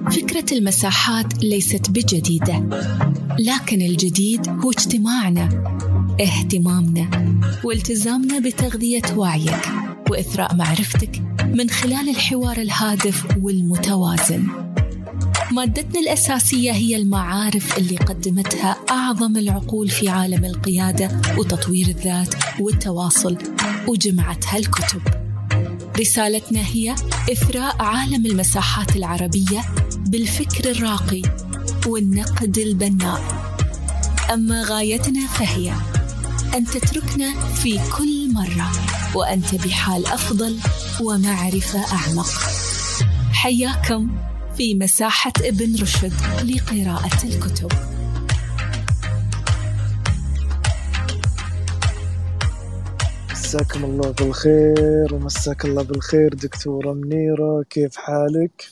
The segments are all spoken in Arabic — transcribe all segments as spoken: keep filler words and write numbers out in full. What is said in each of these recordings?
فكرة المساحات ليست بجديدة، لكن الجديد هو اجتماعنا، اهتمامنا والتزامنا بتغذية وعيك وإثراء معرفتك من خلال الحوار الهادف والمتوازن. مادتنا الأساسية هي المعارف اللي قدمتها أعظم العقول في عالم القيادة وتطوير الذات والتواصل، وجمعتها الكتب. رسالتنا هي إثراء عالم المساحات العربية بالفكر الراقي والنقد البناء. أما غايتنا فهي أن تتركنا في كل مرة وأنت بحال أفضل ومعرفة أعمق. حياكم في مساحة ابن رشد لقراءة الكتب. مساكم الله بالخير ومساك الله بالخير دكتورة منيرة، كيف حالك؟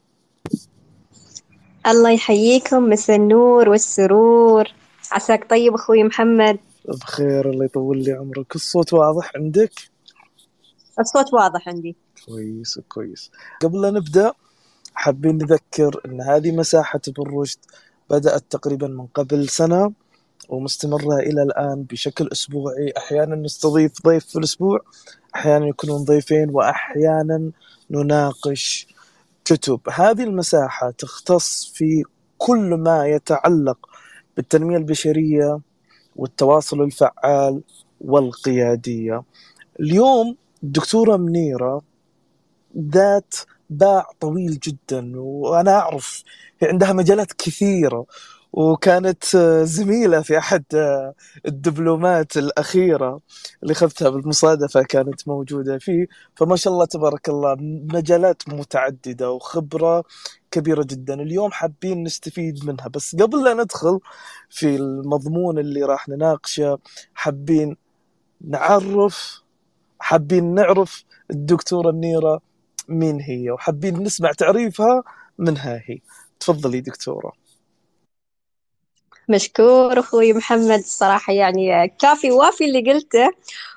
الله يحييكم، مسا النور والسرور. عساك طيب أخوي محمد؟ بخير، الله يطول لي عمرك. الصوت واضح عندك؟ الصوت واضح عندي. كويس كويس. قبل لا نبدأ حابين نذكر أن هذه مساحة ابن رشد بدأت تقريبا من قبل سنة ومستمرة إلى الآن بشكل أسبوعي. أحيانا نستضيف ضيف في الأسبوع، أحيانا يكونون ضيفين، وأحيانا نناقش كتب. هذه المساحة تختص في كل ما يتعلق بالتنمية البشرية والتواصل الفعال والقيادية. اليوم الدكتورة منيرة ذات باع طويل جدا، وأنا أعرف عندها مجالات كثيرة، وكانت زميلة في أحد الدبلومات الأخيرة اللي خذتها بالمصادفة، كانت موجودة فيه. فما شاء الله تبارك الله مجالات متعددة وخبرة كبيرة جدا. اليوم حابين نستفيد منها، بس قبل لا ندخل في المضمون اللي راح نناقشه حابين نعرف حابين نعرف الدكتورة منيرة مين هي، وحابين نسمع تعريفها منها هي. تفضلي دكتورة. مشكور أخوي محمد، الصراحة يعني كافي وافي اللي قلته،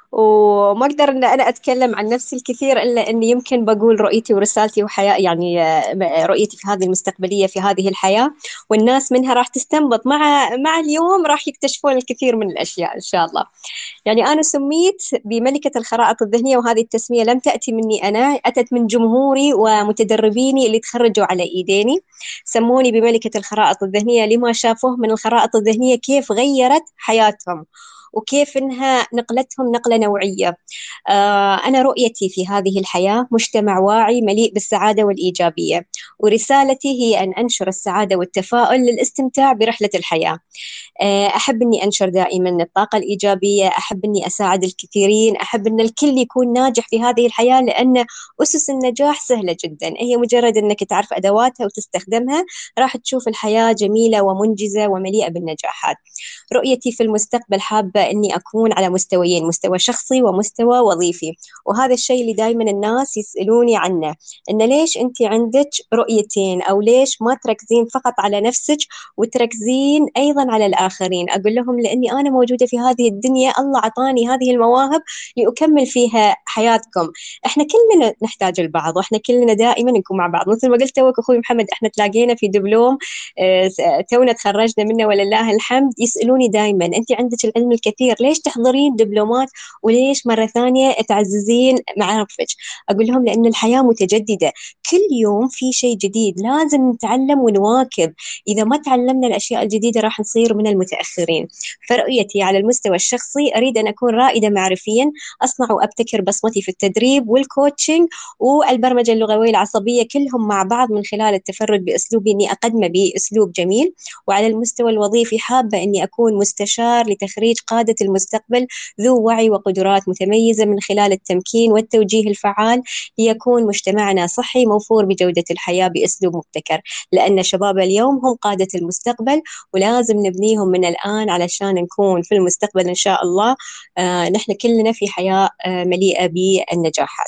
وما أقدر أن أنا أتكلم عن نفسي الكثير إلا أني يمكن بقول رؤيتي ورسالتي وحياة، يعني رؤيتي في هذه المستقبلية في هذه الحياة، والناس منها راح تستنبط مع مع اليوم راح يكتشفون الكثير من الأشياء إن شاء الله. يعني أنا سميت بملكة الخرائط الذهنية، وهذه التسمية لم تأتي مني أنا، أتت من جمهوري ومتدربيني اللي تخرجوا على إيديني. سموني بملكة الخرائط الذهنية لما شافوه من الخرائط الذهنية كيف غيرت حياتهم وكيف إنها نقلتهم نقلة نوعية. آه أنا رؤيتي في هذه الحياة مجتمع واعي مليء بالسعادة والإيجابية، ورسالتي هي أن أنشر السعادة والتفاؤل للاستمتاع برحلة الحياة. أحب أني أنشر دائما الطاقة الإيجابية، أحب أني أساعد الكثيرين، أحب أن الكل يكون ناجح في هذه الحياة، لأن أسس النجاح سهلة جدا، هي مجرد أنك تعرف أدواتها وتستخدمها راح تشوف الحياة جميلة ومنجزة ومليئة بالنجاحات. رؤيتي في المستقبل حابة أني أكون على مستويين، مستوى شخصي ومستوى وظيفي، وهذا الشيء اللي دائما الناس يسألوني عنه، إن ليش أنت عندك رؤيتين، أو ليش ما تركزين فقط على نفسك وتركزين أيضا على الآخرين. أقول لهم لأني أنا موجودة في هذه الدنيا، الله عطاني هذه المواهب لأكمل فيها حياتكم. إحنا كلنا نحتاج البعض، وإحنا كلنا دائما نكون مع بعض. مثل ما قلت توك أخوي محمد، إحنا تلاقينا في دبلوم تونا تخرجنا منه ولله الحمد، يسألوني دائما أنت عندك العلم الكثير، ليش تحضرين دبلومات وليش مرة ثانية تعززين معارفك؟ أقول لهم لأن الحياة متجددة، كل يوم في شيء جديد، لازم نتعلم ونواكب. إذا ما تعلمنا الأشياء الجديدة راح نصير من المتأخرين. فرؤيتي على المستوى الشخصي أريد أن أكون رائدة معرفيا، أصنع وأبتكر بصمتي في التدريب والكوتشنج والبرمجة اللغوية العصبية، كلهم مع بعض من خلال التفرد بأسلوبي أني أقدمه بأسلوب جميل. وعلى المستوى الوظيفي حابة أني أكون مستشار لتخريج قادة المستقبل ذو وعي وقدرات متميزة، من خلال التمكين والتوجيه الفعال ليكون مجتمعنا صحي موفور بجودة الحياة بأسلوب مبتكر، لأن شباب اليوم هم قادة المستقبل، ولازم نبنيهم من الآن علشان نكون في المستقبل إن شاء الله آه نحن كلنا في حياة آه مليئة بالنجاحات.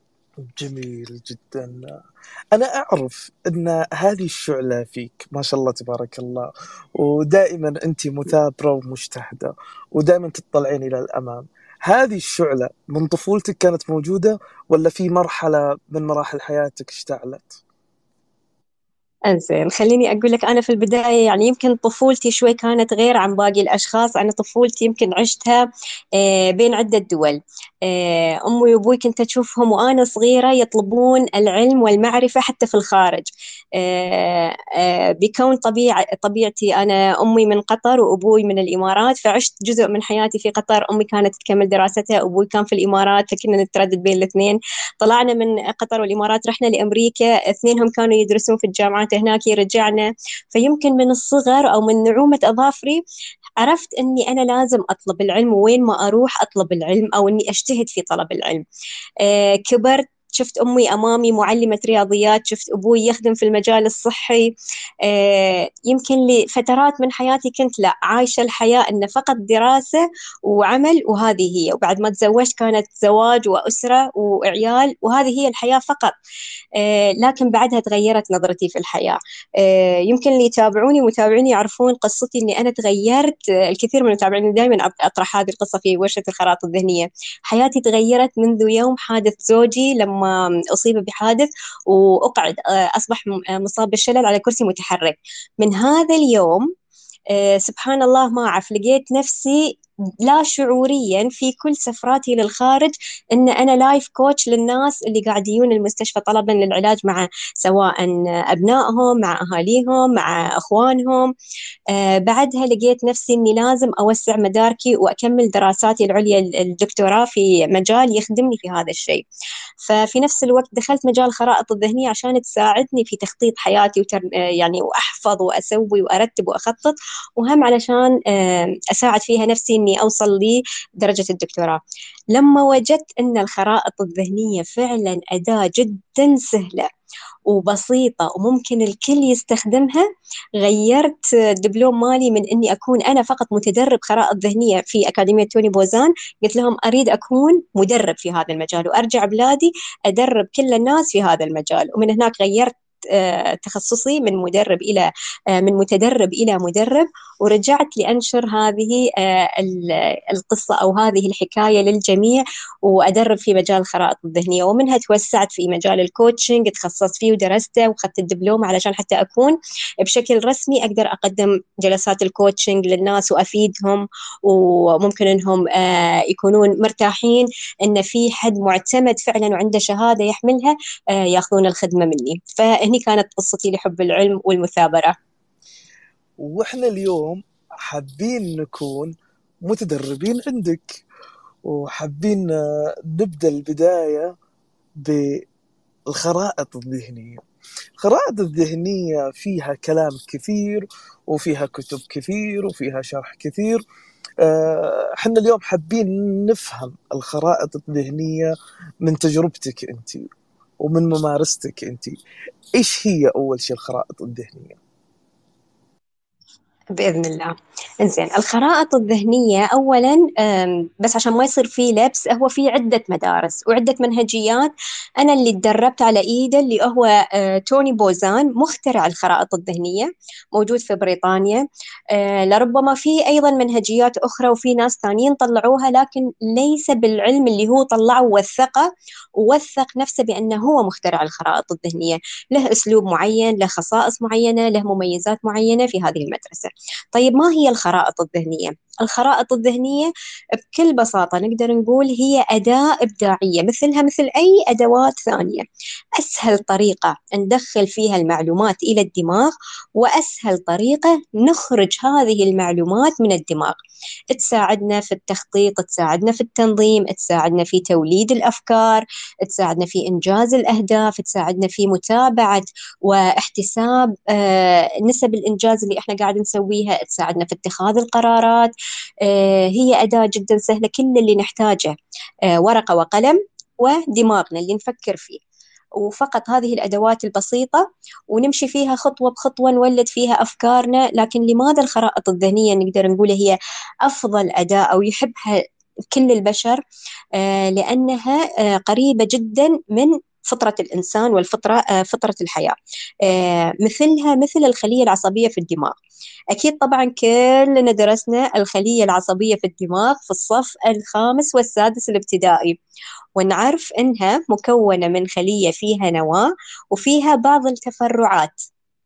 جميل جدا. أنا أعرف أن هذه الشعلة فيك ما شاء الله تبارك الله، ودائما أنت مثابرة ومجتهدة ودائما تطلعين إلى الأمام. هذه الشعلة من طفولتك كانت موجودة، ولا في مرحلة من مراحل حياتك اشتعلت؟ انزين، خليني اقول لك انا في البدايه يعني يمكن طفولتي شوي كانت غير عن باقي الاشخاص. انا طفولتي يمكن عشتها آه، بين عده دول. آه، امي وابوي كنت اشوفهم وانا صغيره يطلبون العلم والمعرفه حتى في الخارج. آه، آه، بكون طبيعه طبيعتي انا امي من قطر وابوي من الامارات، فعشت جزء من حياتي في قطر. امي كانت تكمل دراستها، ابوي كان في الامارات، فكنا نتردد بين الاثنين. طلعنا من قطر والامارات رحنا لامريكا، اثنينهم كانوا يدرسون في الجامعات هناك، رجعنا. فيمكن من الصغر أو من نعومة أظافري عرفت أني أنا لازم أطلب العلم، وين ما أروح أطلب العلم أو أني أجتهد في طلب العلم. آه، كبرت شفت أمي أمامي معلمة رياضيات، شفت أبوي يخدم في المجال الصحي. آه، يمكن لفترات من حياتي كنت لا عايشة الحياة أن فقط دراسة وعمل وهذه هي، وبعد ما تزوجت كانت زواج وأسرة وعيال وهذه هي الحياة فقط. آه، لكن بعدها تغيرت نظرتي في الحياة. آه، يمكن اللي يتابعوني ومتابعيني يعرفون قصتي أني أنا تغيرت. آه، الكثير من المتابعين دائما أطرح هذه القصة في ورشة الخرائط الذهنية. حياتي تغيرت منذ يوم حادث زوجي لما أصيب بحادث وأقعد، آه، أصبح مصاب بالشلل على كرسي متحرك. من هذا اليوم آه، سبحان الله ما أعرف لقيت نفسي لا شعوريا في كل سفراتي للخارج ان انا لايف كوتش للناس اللي قاعد يجون المستشفى طلبا للعلاج، مع سواء ابنائهم مع اهاليهم مع اخوانهم. آه، بعدها لقيت نفسي اني لازم اوسع مداركي واكمل دراساتي العليا الدكتوراه في مجال يخدمني في هذا الشيء. ففي نفس الوقت دخلت مجال الخرائط الذهنية عشان تساعدني في تخطيط حياتي وتر... آه، يعني وأحفظ وأسوي وأرتب وأخطط، وهم علشان آه، أساعد فيها نفسي إني أوصل لدرجة الدكتوراه. لما وجدت أن الخرائط الذهنية فعلا أداة جدا سهلة وبسيطة وممكن الكل يستخدمها، غيرت الدبلوم مالي من أني أكون أنا فقط متدرب خرائط ذهنية في أكاديمية توني بوزان. قلت لهم أريد أكون مدرب في هذا المجال وأرجع بلادي أدرب كل الناس في هذا المجال. ومن هناك غيرت آه، تخصصي من مدرب إلى آه، من متدرب إلى مدرب، ورجعت لأنشر هذه آه، القصة أو هذه الحكاية للجميع، وأدرب في مجال الخرائط الذهنية. ومنها توسعت في مجال الكوتشنج، تخصصت فيه ودرسته وأخذت الدبلوم علشان حتى أكون بشكل رسمي أقدر أقدم جلسات الكوتشنج للناس وأفيدهم، وممكن أنهم آه، يكونون مرتاحين أن في حد معتمد فعلا وعنده شهادة يحملها آه، يأخذون الخدمة مني. فهني كانت قصتي لحب العلم والمثابرة. وإحنا اليوم حابين نكون متدربين عندك، وحابين آه، نبدأ البداية بالخرائط الذهنية. الخرائط الذهنية فيها كلام كثير وفيها كتب كثير وفيها شرح كثير. آه، احنا اليوم حابين نفهم الخرائط الذهنية من تجربتك انت ومن ممارستك انت. ايش هي اول شيء الخرائط الذهنية؟ بإذن الله. إنزين، الخرائط الذهنية أولا أم، بس عشان ما يصير فيه لبس، هو في عدة مدارس وعدة منهجيات. أنا اللي تدربت على إيده اللي هو آه، توني بوزان، مخترع الخرائط الذهنية، موجود في بريطانيا. آه، لربما في أيضا منهجيات أخرى وفي ناس ثانيين طلعوها، لكن ليس بالعلم اللي هو طلعه ووثقه ووثق نفسه بأنه هو مخترع الخرائط الذهنية. له أسلوب معين، له خصائص معينة، له مميزات معينة في هذه المدرسة. طيب ما هي الخرائط الذهنية؟ الخرائط الذهنية بكل بساطة نقدر نقول هي أداة إبداعية مثلها مثل أي أدوات ثانية. أسهل طريقة ندخل فيها المعلومات إلى الدماغ، وأسهل طريقة نخرج هذه المعلومات من الدماغ. تساعدنا في التخطيط، تساعدنا في التنظيم، تساعدنا في توليد الأفكار، تساعدنا في إنجاز الأهداف، تساعدنا في متابعة واحتساب آه، نسب الإنجاز اللي إحنا قاعد نسويها، تساعدنا في اتخاذ القرارات. آه، هي أداة جدا سهلة، كل اللي نحتاجه آه، ورقة وقلم ودماغنا اللي نفكر فيه، وفقط هذه الأدوات البسيطة ونمشي فيها خطوة بخطوة نولد فيها أفكارنا. لكن لماذا الخرائط الذهنية نقدر نقول هي أفضل أداة أو يحبها كل البشر؟ آه، لأنها آه، قريبة جدا من فطرة الإنسان والفطرة آه، فطرة الحياة. آه، مثلها مثل الخلية العصبية في الدماغ. أكيد طبعا كلنا درسنا الخلية العصبية في الدماغ في الصف الخامس والسادس الابتدائي، ونعرف إنها مكونة من خلية فيها نواة وفيها بعض التفرعات.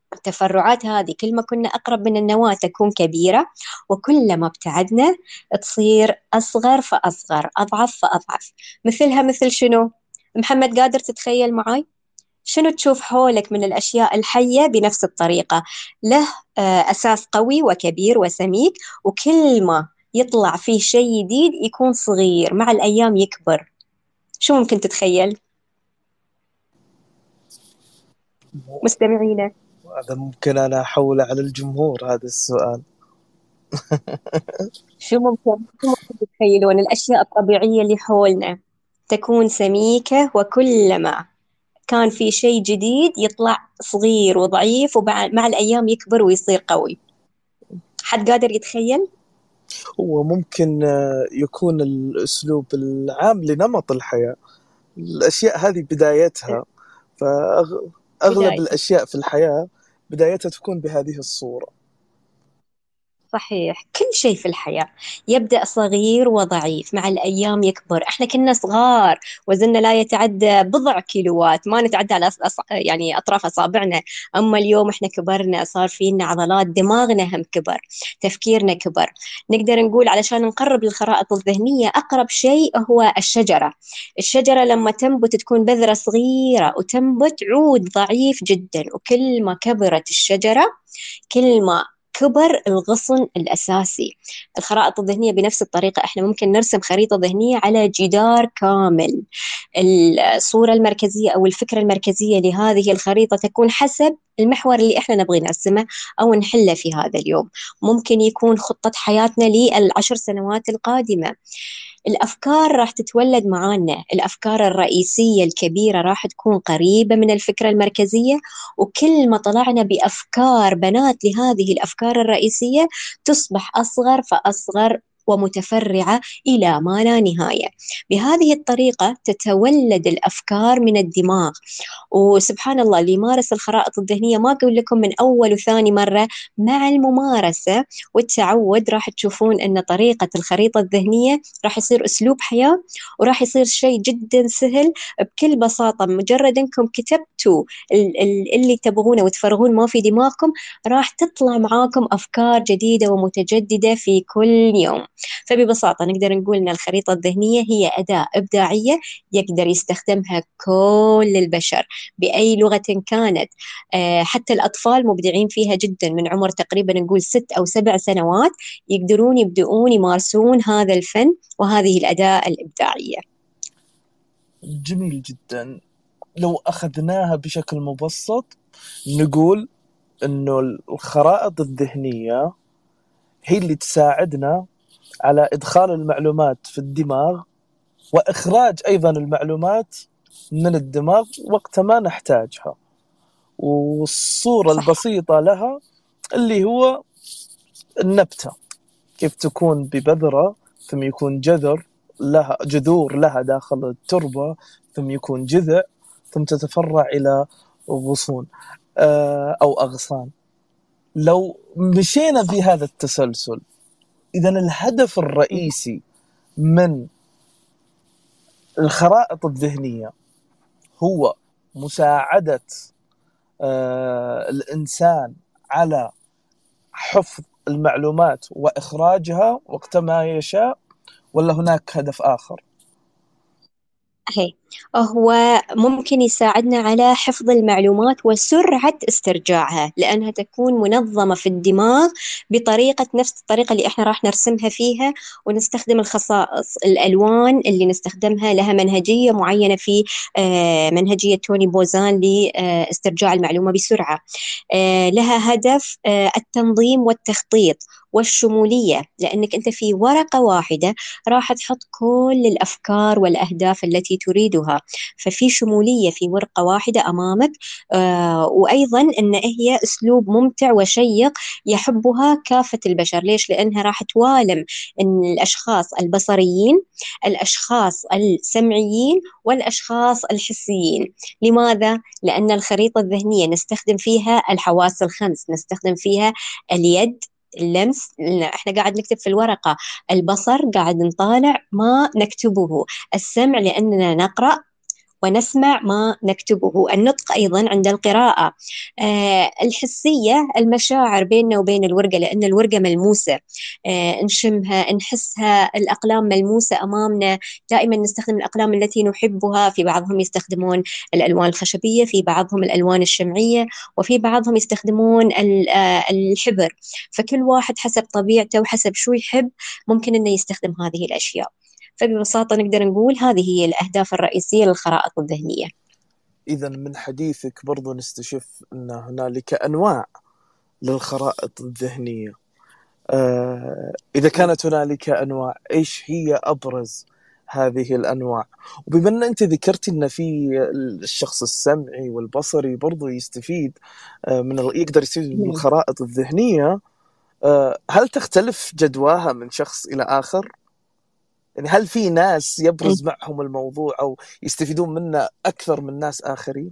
التفرعات هذه كل ما كنا أقرب من النواة تكون كبيرة، وكل ما ابتعدنا تصير أصغر فأصغر، أضعف فأضعف. مثلها مثل شنو؟ محمد قادر تتخيل معاي؟ شنو تشوف حولك من الأشياء الحية بنفس الطريقة؟ له آه، أساس قوي وكبير وسميك، وكل ما يطلع فيه شيء جديد يكون صغير، مع الأيام يكبر. شو ممكن تتخيل مستمعينا؟ هذا ممكن أنا أحول على الجمهور هذا السؤال. شو ممكن شو ممكن تتخيلون الأشياء الطبيعية اللي حولنا تكون سميكة، وكلما كان في شيء جديد يطلع صغير وضعيف، ومع الأيام يكبر ويصير قوي. حد قادر يتخيل؟ هو ممكن آه، يكون الأسلوب العام لنمط الحياة. الأشياء هذه بدايتها، فأغلب بداية. الأشياء في الحياة بدايتها تكون بهذه الصورة. صحيح، كل شيء في الحياة يبدأ صغير وضعيف، مع الأيام يكبر. إحنا كنا صغار وزننا لا يتعدى بضع كيلوات، ما نتعدى على أص... أص- يعني أطراف أصابعنا. أما اليوم إحنا كبرنا، صار فينا عضلات، دماغنا هم كبر، تفكيرنا كبر. نقدر نقول علشان نقرب للخرائط الذهنية، أقرب شيء هو الشجرة. الشجرة لما تنبت تكون بذرة صغيرة، وتنبت عود ضعيف جدا، وكل ما كبرت الشجرة كل ما كبر الغصن الأساسي. الخرائط الذهنية بنفس الطريقة، إحنا ممكن نرسم خريطة ذهنية على جدار كامل. الصورة المركزية أو الفكرة المركزية لهذه الخريطة تكون حسب المحور اللي إحنا نبغي نرسمه أو نحله في هذا اليوم. ممكن يكون خطة حياتنا للعشر سنوات القادمة. الأفكار راح تتولد معانا، الأفكار الرئيسية الكبيرة راح تكون قريبة من الفكرة المركزية، وكل ما طلعنا بأفكار بنات لهذه الأفكار الرئيسية تصبح أصغر فأصغر ومتفرعة إلى ما لا نهاية. بهذه الطريقة تتولد الأفكار من الدماغ. وسبحان الله، اللي يمارس الخرائط الذهنية، ما أقول لكم من أول وثاني مرة، مع الممارسة والتعود راح تشوفون أن طريقة الخريطة الذهنية راح يصير أسلوب حياة، وراح يصير شيء جدا سهل. بكل بساطة مجرد أنكم كتبتوا اللي تبغونه وتفرغون ما في دماغكم، راح تطلع معاكم أفكار جديدة ومتجددة في كل يوم. فببساطة نقدر نقول أن الخريطة الذهنية هي أداة إبداعية يقدر يستخدمها كل البشر بأي لغة كانت. آه، حتى الأطفال مبدعين فيها جدا، من عمر تقريبا نقول ست أو سبع سنوات يقدرون يبدؤون يمارسون هذا الفن وهذه الأداة الإبداعية. جميل جدا. لو أخذناها بشكل مبسط نقول إنه الخرائط الذهنية هي اللي تساعدنا على إدخال المعلومات في الدماغ، وإخراج أيضا المعلومات من الدماغ وقت ما نحتاجها. والصورة صح. البسيطة لها اللي هو النبتة، كيف تكون ببذرة ثم يكون جذر لها جذور لها داخل التربة، ثم يكون جذع، ثم تتفرع إلى غصون أو أغصان. لو مشينا صح. في هذا التسلسل، إذن الهدف الرئيسي من الخرائط الذهنية هو مساعدة آه الإنسان على حفظ المعلومات وإخراجها وقت ما يشاء، ولا هناك هدف آخر؟ هي هو ممكن يساعدنا على حفظ المعلومات وسرعة استرجاعها، لأنها تكون منظمة في الدماغ بطريقة نفس الطريقة اللي إحنا راح نرسمها فيها، ونستخدم الخصائص الألوان اللي نستخدمها لها منهجية معينة في آه، منهجية توني بوزان لاسترجاع المعلومة بسرعة. آه، لها هدف آه، التنظيم والتخطيط والشمولية، لأنك أنت في ورقة واحدة راح تحط كل الأفكار والأهداف التي تريدها، ففي شمولية في ورقة واحدة أمامك. آه وأيضا أن هي أسلوب ممتع وشيق يحبها كافة البشر. ليش؟ لأنها راح توالم أن الأشخاص البصريين، الأشخاص السمعيين، والأشخاص الحسيين. لماذا؟ لأن الخريطة الذهنية نستخدم فيها الحواس الخمس، نستخدم فيها اليد، اللمس، احنا قاعد نكتب في الورقة، البصر قاعد نطالع ما نكتبه، السمع لأننا نقرأ، ونسمع ما نكتبه. النطق أيضا عند القراءة. آه الحسية، المشاعر بيننا وبين الورقة، لأن الورقة ملموسة، آه نشمها نحسها، الأقلام ملموسة أمامنا. دائما نستخدم الأقلام التي نحبها، في بعضهم يستخدمون الألوان الخشبية، في بعضهم الألوان الشمعية، وفي بعضهم يستخدمون الحبر. فكل واحد حسب طبيعته وحسب شو يحب ممكن أنه يستخدم هذه الأشياء. فببساطة نقدر نقول هذه هي الأهداف الرئيسية للخرائط الذهنية. إذا من حديثك برضو نستشف أن هنالك أنواع للخرائط الذهنية. آه إذا كانت هنالك أنواع، إيش هي أبرز هذه الأنواع؟ وبما أن أنت ذكرت أن في الشخص السمعي والبصري برضو يستفيد آه من يقدر يستفيد من الخرائط الذهنية، آه هل تختلف جدواها من شخص إلى آخر؟ يعني هل في ناس يبرز معهم الموضوع أو يستفيدون منه أكثر من ناس آخرين؟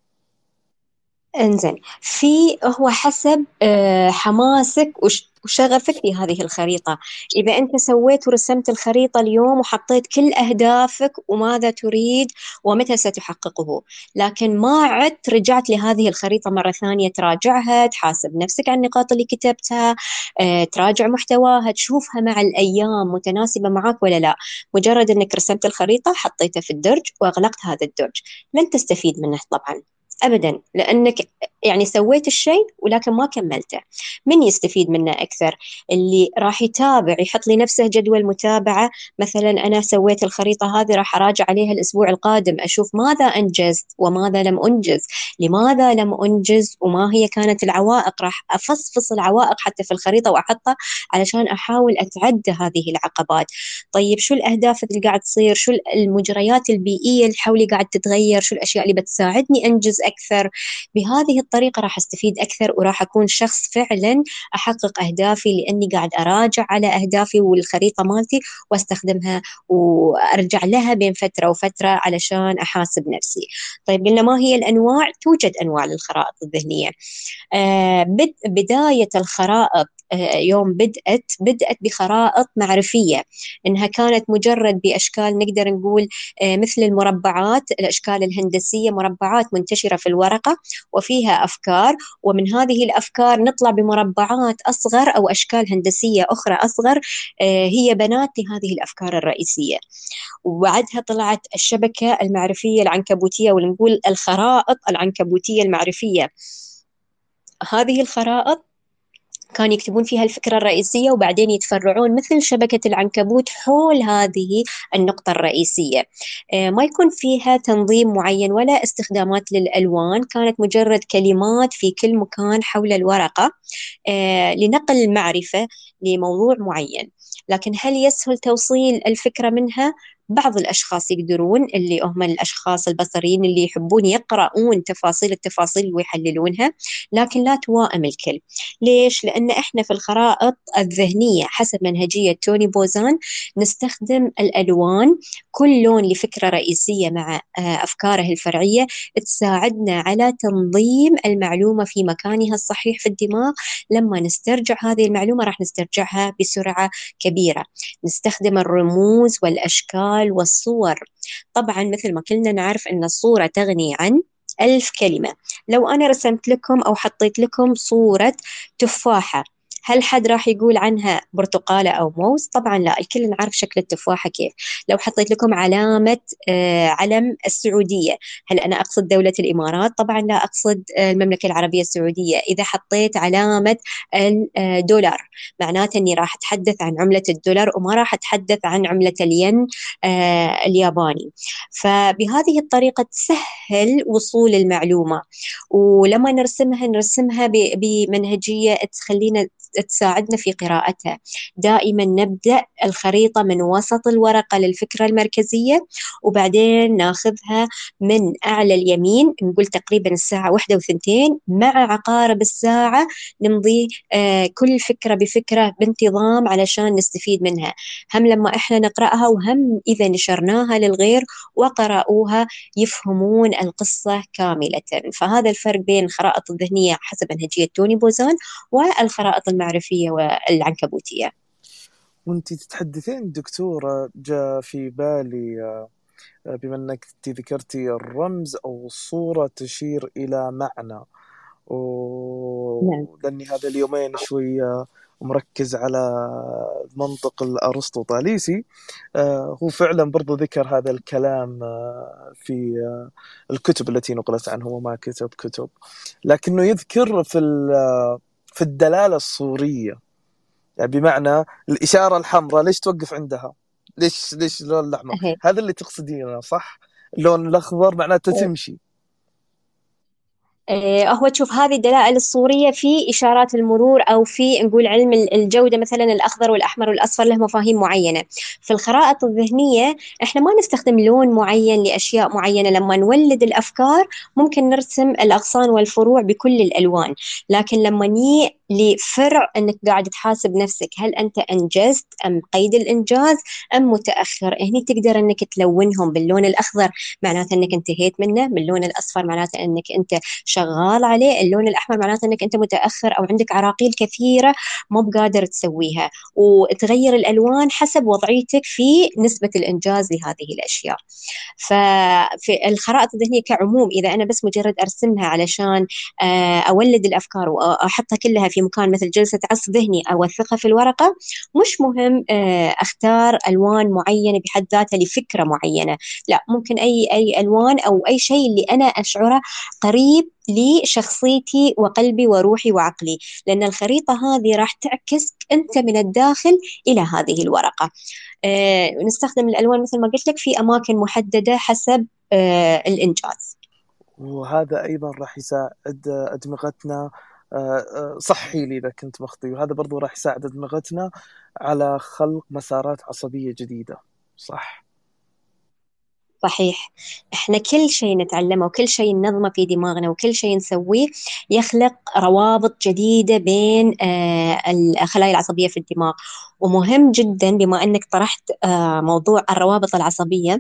انزين، في هو حسب حماسك وشغفك في هذه الخريطة. إذا أنت سويت ورسمت الخريطة اليوم وحطيت كل أهدافك وماذا تريد ومتى ستحققه، لكن ما عدت رجعت لهذه الخريطة مرة ثانية تراجعها، تحاسب نفسك عن النقاط اللي كتبتها، تراجع محتواها، تشوفها مع الأيام متناسبة معك ولا لا. مجرد أنك رسمت الخريطة حطيتها في الدرج وأغلقت هذا الدرج، لن تستفيد منه طبعا أبدا، لأنك يعني سويت الشيء ولكن ما كملته. من يستفيد منه أكثر؟ اللي راح يتابع، يحط لنفسه جدول متابعة. مثلا أنا سويت الخريطة هذه، راح أراجع عليها الأسبوع القادم، أشوف ماذا أنجزت وماذا لم أنجز، لماذا لم أنجز وما هي كانت العوائق. راح أفصفص العوائق حتى في الخريطة وأحطها علشان أحاول أتعدى هذه العقبات. طيب شو الأهداف اللي قاعد تصير، شو المجريات البيئية اللي حولي قاعد تتغير، شو الأشياء اللي بتساعدني أنجز أكثر. بهذه الطريقة راح أستفيد أكثر وراح أكون شخص فعلا أحقق أهدافي، لأني قاعد أراجع على أهدافي والخريطة مالتي وأستخدمها وأرجع لها بين فترة وفترة علشان أحاسب نفسي. طيب قلنا ما هي الأنواع؟ توجد أنواع للخرائط الذهنية. آه بداية الخرائط يوم بدأت بدأت بخرائط معرفية، إنها كانت مجرد بأشكال نقدر نقول مثل المربعات، الأشكال الهندسية، مربعات منتشرة في الورقة وفيها أفكار، ومن هذه الأفكار نطلع بمربعات أصغر أو أشكال هندسية أخرى أصغر هي بنات لهذه الأفكار الرئيسية. وبعدها طلعت الشبكة المعرفية العنكبوتية، ونقول الخرائط العنكبوتية المعرفية. هذه الخرائط كانوا يكتبون فيها الفكرة الرئيسية وبعدين يتفرعون مثل شبكة العنكبوت حول هذه النقطة الرئيسية. ما يكون فيها تنظيم معين ولا استخدامات للألوان، كانت مجرد كلمات في كل مكان حول الورقة لنقل المعرفة لموضوع معين. لكن هل يسهل توصيل الفكرة منها؟ بعض الأشخاص يقدرون، اللي هم الأشخاص البصريين اللي يحبون يقرؤون تفاصيل التفاصيل ويحللونها، لكن لا توائم الكل. ليش؟ لأن إحنا في الخرائط الذهنية حسب منهجية توني بوزان نستخدم الألوان، كل لون لفكرة رئيسية مع أفكاره الفرعية تساعدنا على تنظيم المعلومة في مكانها الصحيح في الدماغ. لما نسترجع هذه المعلومة راح نسترجعها بسرعة كبيرة. نستخدم الرموز والأشكال والصور. طبعا مثل ما كلنا نعرف أن الصورة تغني عن ألف كلمة. لو أنا رسمت لكم أو حطيت لكم صورة تفاحة، هل حد راح يقول عنها برتقالة أو موز؟ طبعا لا، الكل نعرف شكل التفاحة كيف. لو حطيت لكم علامة آه علم السعودية، هل أنا أقصد دولة الإمارات؟ طبعا لا، أقصد المملكة العربية السعودية. إذا حطيت علامة الدولار معناته أني راح أتحدث عن عملة الدولار وما راح أتحدث عن عملة الين آه الياباني. فبهذه الطريقة تسهل وصول المعلومة، ولما نرسمها نرسمها بمنهجية تخلينا تساعدنا في قراءتها. دائما نبدأ الخريطة من وسط الورقة للفكرة المركزية، وبعدين ناخذها من أعلى اليمين، نقول تقريبا الساعة واحدة وثنتين، مع عقارب الساعة نمضي آه كل فكرة بفكرة بانتظام علشان نستفيد منها، هم لما إحنا نقرأها وهم إذا نشرناها للغير وقرأوها يفهمون القصة كاملة. فهذا الفرق بين الخرائط الذهنية حسب منهجية توني بوزان والخرائط المعرفية والعنكبوتية. وانت تتحدثين دكتورة جاء في بالي بما أنك ذكرتي الرمز أو الصورة تشير إلى معنى، نعم. ولأني هذا اليومين شوية مركز على المنطق الأرسطوطاليسي، هو فعلا برضو ذكر هذا الكلام في الكتب التي نقلت عنه وما كتب كتب، لكنه يذكر في في الدلالة الصورية، يعني بمعنى الإشارة الحمراء ليش توقف عندها؟ ليش ليش اللون الأحمر؟ أهي. هذا اللي تقصدينه صح؟ اللون الأخضر معناته تمشي. آه، هو تشوف هذه الدلائل الصورية في إشارات المرور، أو في نقول علم الجودة، مثلا الأخضر والأحمر والأصفر له مفاهيم معينة. في الخرائط الذهنية إحنا ما نستخدم لون معين لأشياء معينة. لما نولد الأفكار ممكن نرسم الأغصان والفروع بكل الألوان، لكن لما نيجي لفرع أنك قاعد تحاسب نفسك، هل أنت أنجزت أم قيد الإنجاز أم متأخر، هني تقدر أنك تلونهم. باللون الأخضر معناته أنك انتهيت منه، باللون الأصفر معناته أنك أنت شغال عليه، اللون الأحمر معناته أنك أنت متأخر أو عندك عراقيل كثيرة مو بقادر تسويها. وتغير الألوان حسب وضعيتك في نسبة الإنجاز لهذه الأشياء. ففي الخرائط الذهنية كعموم، إذا أنا بس مجرد أرسمها علشان أولد الأفكار وأحطها كلها في مكان مثل جلسة عصف ذهني أو أوثقها في الورقة، مش مهم أختار ألوان معينة بحد ذاتها لفكرة معينة، لا، ممكن أي أي ألوان أو أي شيء اللي أنا أشعره قريب لشخصيتي وقلبي وروحي وعقلي، لأن الخريطة هذه راح تعكس أنت من الداخل إلى هذه الورقة. آه، نستخدم الألوان مثل ما قلت لك في أماكن محددة حسب آه، الإنجاز. وهذا أيضا راح يساعد أدمغتنا، صحي لي إذا كنت مخطي، وهذا برضو راح يساعد أدمغتنا على خلق مسارات عصبية جديدة، صح؟ صحيح. احنا كل شيء نتعلمه وكل شيء ننظمه في دماغنا وكل شيء نسويه يخلق روابط جديدة بين آه الخلايا العصبية في الدماغ. ومهم جدا بما أنك طرحت آه موضوع الروابط العصبية،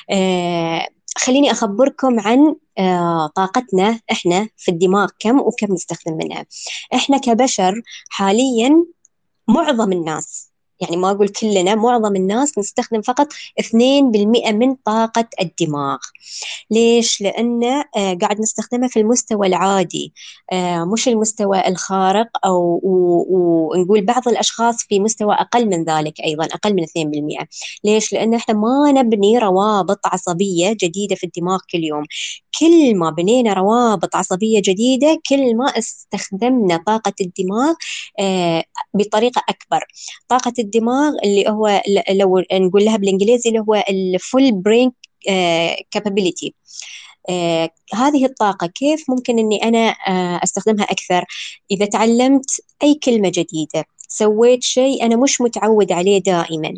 آه خليني أخبركم عن آه طاقتنا إحنا في الدماغ كم وكم نستخدم منها. إحنا كبشر حاليا، معظم الناس، يعني ما أقول كلنا، معظم الناس نستخدم فقط اثنين بالمئة من طاقة الدماغ. ليش؟ لأن آه قاعد نستخدمها في المستوى العادي، آه مش المستوى الخارق، أو ونقول بعض الأشخاص في مستوى أقل من ذلك، أيضا أقل من اثنين بالمئة. ليش؟ لأن إحنا ما نبني روابط عصبية جديدة في الدماغ كل يوم. كل ما بنينا روابط عصبية جديدة كل ما استخدمنا طاقة الدماغ آه بطريقة أكبر. طاقة الدماغ اللي هو لو نقول لها بالإنجليزي اللي هو الفول برين capability. آه، هذه الطاقة كيف ممكن أني أنا آه، أستخدمها أكثر؟ إذا تعلمت أي كلمة جديدة، سويت شيء أنا مش متعود عليه دائما،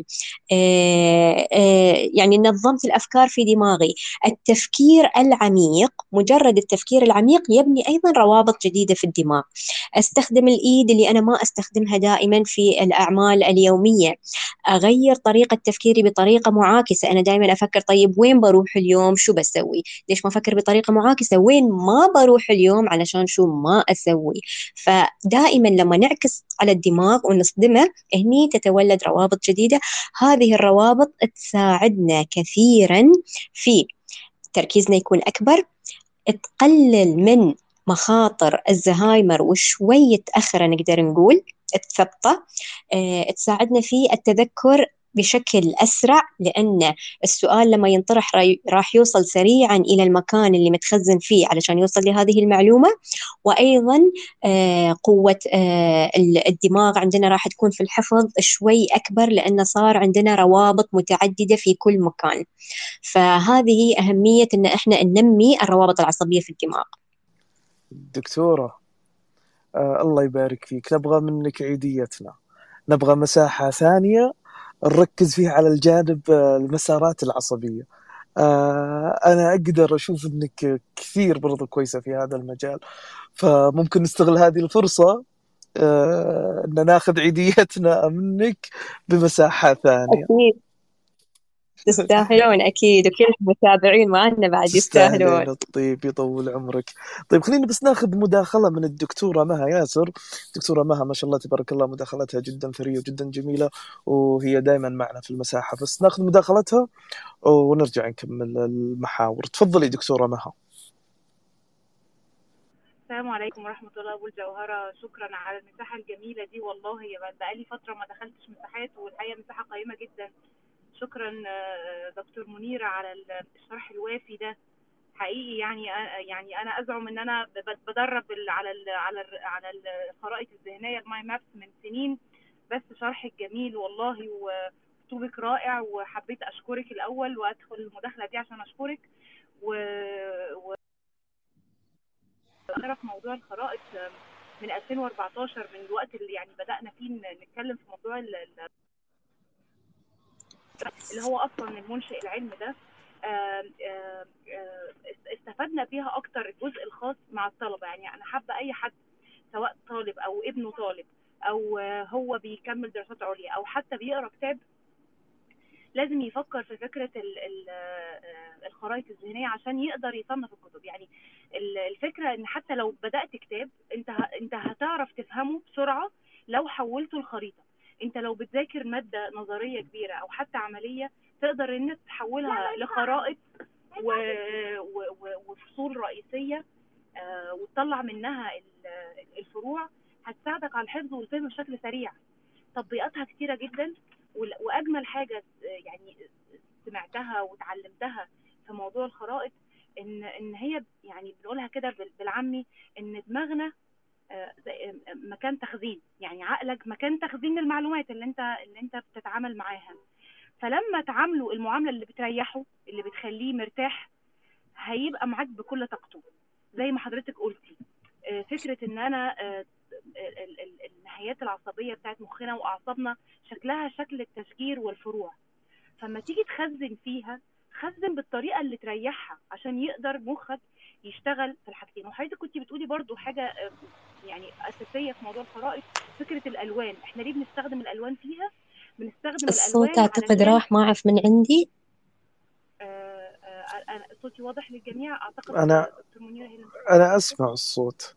آه، آه، يعني نظمت الأفكار في دماغي. التفكير العميق، مجرد التفكير العميق يبني أيضا روابط جديدة في الدماغ. أستخدم الإيد اللي أنا ما أستخدمها دائما في الأعمال اليومية. أغير طريقة تفكيري بطريقة معاكسة. أنا دائما أفكر طيب وين بروح اليوم، شو بسوي؟ ليش ما أفكر بطريقة معاكسة وين ما بروح اليوم علشان شو ما أسوي؟ فدائما لما نعكس على الدماغ ونصدمه، هني تتولد روابط جديدة. هذه الروابط تساعدنا كثيرا في تركيزنا يكون أكبر، تقلل من مخاطر الزهايمر وشوية أخرى نقدر نقول تثبطه، أه، تساعدنا في التذكر بشكل أسرع، لأن السؤال لما ينطرح راح يوصل سريعا إلى المكان اللي متخزن فيه علشان يوصل لهذه المعلومة. وأيضا آه قوة آه الدماغ عندنا راح تكون في الحفظ شوي أكبر، لأن صار عندنا روابط متعددة في كل مكان. فهذه أهمية أن إحنا ننمي الروابط العصبية في الدماغ. دكتورة، آه الله يبارك فيك، نبغى منك عيديتنا، نبغى مساحة ثانية نركز فيها على الجانب آه المسارات العصبية. آه أنا أقدر أشوف أنك كثير برضو كويسة في هذا المجال، فممكن نستغل هذه الفرصة آه أن ناخذ عيديتنا منك بمساحة ثانية. أكيد تستاهلون أكيد، وكل المتابعين معنا بعد يستاهلون. تستاهلين الطيب، يطول عمرك. طيب خلينا بس ناخذ مداخلة من الدكتورة مها ياسر. دكتورة مها ما شاء الله تبارك الله مداخلتها جدا ثرية وجدا جميلة، وهي دائما معنا في المساحة، بس ناخذ مداخلتها ونرجع نكمل المحاور. تفضلي دكتورة مها. السلام عليكم ورحمة الله أبو الجوهرة، شكرا على المساحة الجميلة دي. والله بقالي فترة ما دخلتش مساحات، والحقيقة مساحة قيمة جدا. شكرا دكتور منيرة على الشرح الوافي ده. حقيقي يعني يعني أنا أزعم إن أنا بدرب على ال على ال على الخرائط الذهنية الماي مابس من سنين، بس شرحك جميل والله وأسلوبك رائع، وحبيت أشكرك الأول وأدخل المداخلة دي عشان أشكرك. و, و... أنا في موضوع الخرائط من ألفين وأربعتاشر، من الوقت اللي يعني بدأنا فيه نتكلم في موضوع اللي هو أصلا المنشئ العلم ده، استفدنا فيها أكتر الجزء الخاص مع الطلبة. يعني أنا حابة أي حد سواء طالب أو ابنه طالب أو هو بيكمل دراسات عليا أو حتى بيقرأ كتاب، لازم يفكر في فكرة الخرائط الذهنية عشان يقدر يصنف الكتب. يعني الفكرة ان حتى لو بدأت كتاب انت انت هتعرف تفهمه بسرعة لو حولته الخريطة. انت لو بتذاكر مادة نظرية كبيرة او حتى عملية، تقدر ان تحولها لخرائط و... و... وفصول رئيسية، وتطلع منها الفروع، هتساعدك على الحفظ والفهم بشكل سريع. تطبيقاتها كتيرة جدا، واجمل حاجه يعني سمعتها وتعلمتها في موضوع الخرائط ان ان هي يعني بنقولها كده بالعامي ان دماغنا مكان تخزين، يعني عقلك مكان تخزين المعلومات اللي انت اللي انت بتتعامل معاها. فلما تعامله المعامله اللي بتريحه اللي بتخليه مرتاح، هيبقى معاك بكل طاقته. زي ما حضرتك قلتي، فكره ان انا النهايات العصبيه بتاعت مخنا واعصابنا شكلها شكل التشجير والفروع، فما تيجي تخزن فيها خزن بالطريقه اللي تريحها عشان يقدر مخك يشتغل في الحاجتين. وحضرتك كنت بتقولي برضو حاجه يعني اساسيه في موضوع الخرائط، فكره الالوان. احنا ليه بنستخدم الالوان فيها؟ بنستخدم الصوت الالوان اعتقد علشان راح، ما اعرف من عندي. آه آه صوتي واضح للجميع اعتقد. انا دكتور منيرة هي انا اسمع الصوت.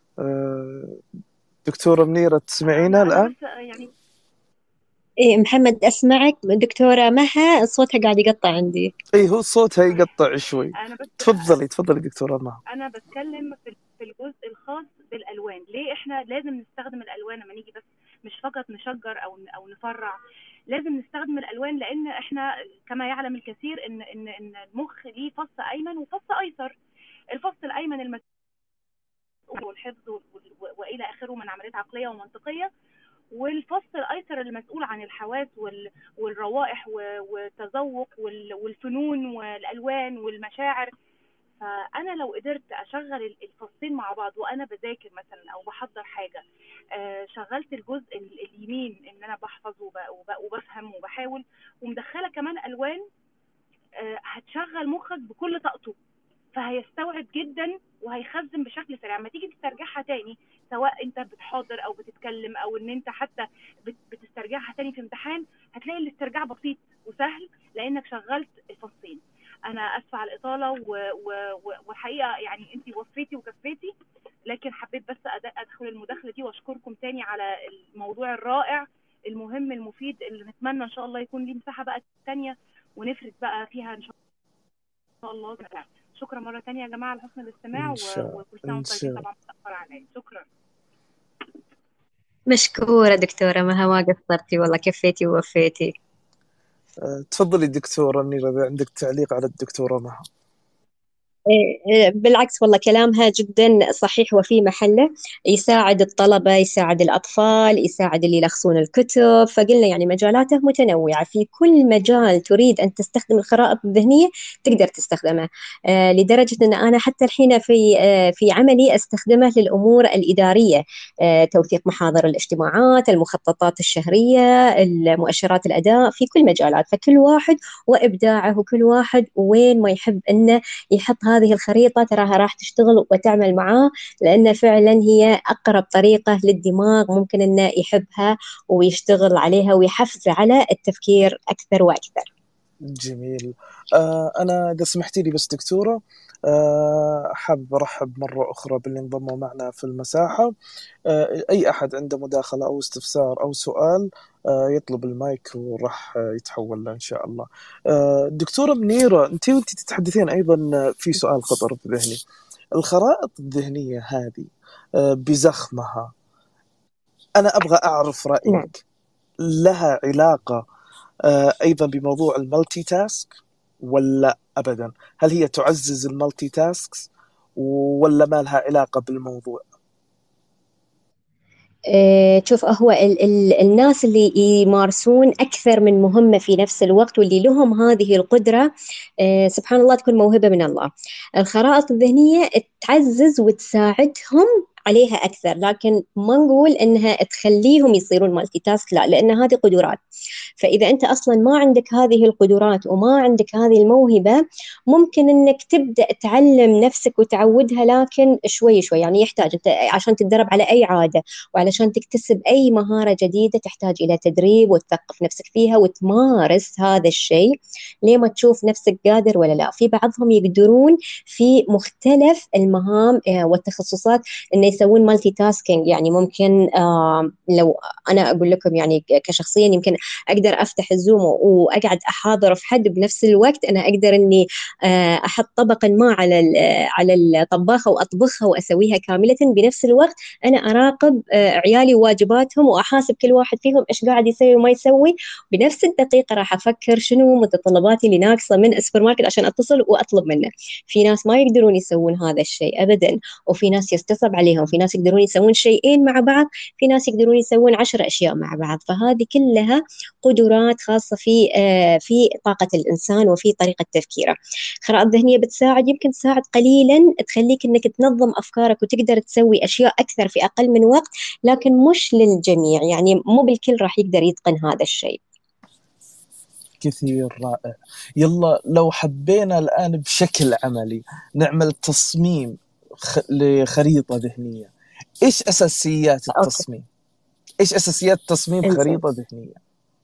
دكتورة منيرة تسمعينا أنا الآن؟ بس يعني إيه محمد أسمعك. دكتورة مها صوتها قاعد يقطع عندي. اي هو صوتها يقطع شوي. أنا بس تفضلي تفضلي دكتورة مها. أنا بتكلم في الجزء الخاص بالألوان. ليه إحنا لازم نستخدم الألوان لما نيجي بس مش فقط نشجر أو أو نفرع؟ لازم نستخدم الألوان لأن إحنا كما يعلم الكثير إن إن إن المخ ليه فص أيمن وفص أيسر. الفص الأيمن المسؤول والحفظ وإلى آخره من عمليات عقلية ومنطقية، والفص الايسر المسؤول عن الحواس والروائح والتذوق والفنون والالوان والمشاعر. فانا لو قدرت اشغل الفصين مع بعض وانا بذاكر مثلا او بحضر حاجه، شغلت الجزء اليمين ان انا بحفظ وبفهم وبحاول، ومدخله كمان الوان، هتشغل مخك بكل طاقته، فهيستوعب جدا وهيخزن بشكل سريع. لما تيجي تسترجعها تاني، سواء انت بتحاضر او بتتكلم او ان انت حتى بتسترجعها تاني في امتحان، هتلاقي الاسترجاع بسيط وسهل لانك شغلت الفصين. انا اسفه على الاطاله والحقيقه يعني انت وفيتي وكفيتي، لكن حبيت بس ادخل المداخله دي واشكركم تاني على الموضوع الرائع المهم المفيد اللي نتمنى ان شاء الله يكون ليه مساحه بقى تانية ونفرد بقى فيها ان شاء الله. شكرا مرة تانية يا جماعة لحسن الاستماع، وكل سنة وانتم طيبين. طبعا متأخر علي. شكرا. مشكورة دكتورة مها، ما قصرتي والله، كفيتي ووفيتي. أه تفضلي دكتورة منيرة إذا عندك تعليق على الدكتورة مها. بالعكس والله كلامها جدا صحيح وفي محله. يساعد الطلبة، يساعد الأطفال، يساعد اللي يلخصون الكتب. فقلنا يعني مجالاته متنوعة، في كل مجال تريد أن تستخدم الخرائط الذهنية تقدر تستخدمها. لدرجة أن أنا حتى الحين في في عملي أستخدمه للأمور الإدارية، توثيق محاضر الاجتماعات، المخططات الشهرية، المؤشرات الأداء، في كل مجالات. فكل واحد وإبداعه، وكل واحد وين ما يحب أنه يحط هذه الخريطة تراها راح تشتغل وتعمل معاه، لأن فعلا هي أقرب طريقة للدماغ ممكن أنه يحبها ويشتغل عليها ويحفز على التفكير أكثر وأكثر. جميل. آه أنا إذا سمحتي لي بس دكتورة، آه حاب أرحب مرة أخرى باللي انضموا معنا في المساحة. آه أي أحد عنده مداخلة أو استفسار أو سؤال آه يطلب المايك وراح آه يتحول له إن شاء الله. آه دكتورة منيرة، أنت وأنت تتحدثين أيضا في سؤال خطر في ذهني. الخرائط الذهنية هذه آه بزخمها، أنا أبغى أعرف نعم. رأيك، لها علاقة آه، أيضا بموضوع المالتي تاسك ولا أبدا؟ هل هي تعزز المالتي تاسكس ولا ما لها علاقة بالموضوع؟ آه، شوف، هو ال ال الناس اللي يمارسون أكثر من مهمة في نفس الوقت واللي لهم هذه القدرة، آه، سبحان الله، تكون موهبة من الله. الخرائط الذهنية تعزز وتساعدهم عليها أكثر، لكن ما نقول إنها تخليهم يصيرون مالتي تاسك، لا، لأن هذه قدرات. فإذا أنت أصلا ما عندك هذه القدرات وما عندك هذه الموهبة، ممكن إنك تبدأ تعلم نفسك وتعودها، لكن شوي شوي. يعني يحتاج أنت عشان تتدرب على أي عادة وعلشان تكتسب أي مهارة جديدة تحتاج إلى تدريب وتثقف نفسك فيها وتمارس هذا الشيء ليه ما تشوف نفسك قادر ولا لا. في بعضهم يقدرون في مختلف المهام آه، والتخصصات إنه يسوون مالتي تاسكينج. يعني ممكن آه لو أنا أقول لكم يعني كشخصيا، يمكن أقدر أفتح الزوم وأقعد أحاضر في حد بنفس الوقت. أنا أقدر إني آه، أحط طبقا ما على على الطباخة وأطبخها وأسويها كاملة بنفس الوقت. أنا أراقب آه، عيالي وواجباتهم وأحاسب كل واحد فيهم إيش قاعد يسوي وما يسوي. بنفس الدقيقة راح أفكر شنو متطلباتي اللي ناقصة من السوبر ماركت عشان أتصل وأطلب منه. في ناس ما يقدرون يسوون هذا الشيء أبدا، وفي ناس يستصعب عليهم. في ناس يقدرون يسوون شيئين مع بعض، في ناس يقدرون يسوون عشر أشياء مع بعض. فهذه كلها قدرات خاصة في آه، في طاقة الإنسان وفي طريقة تفكيره. الخرائط الذهنية بتساعد، يمكن تساعد قليلا، تخليك إنك تنظم أفكارك وتقدر تسوي أشياء أكثر في أقل من وقت، لكن مش للجميع. يعني مو بالكل راح يقدر يتقن هذا الشيء. كثير رائع. يلا لو حبينا الآن بشكل عملي نعمل تصميم خ... لخريطة ذهنية، إيش أساسيات أوكي. التصميم؟ إيش أساسيات تصميم إنزين. خريطة ذهنية؟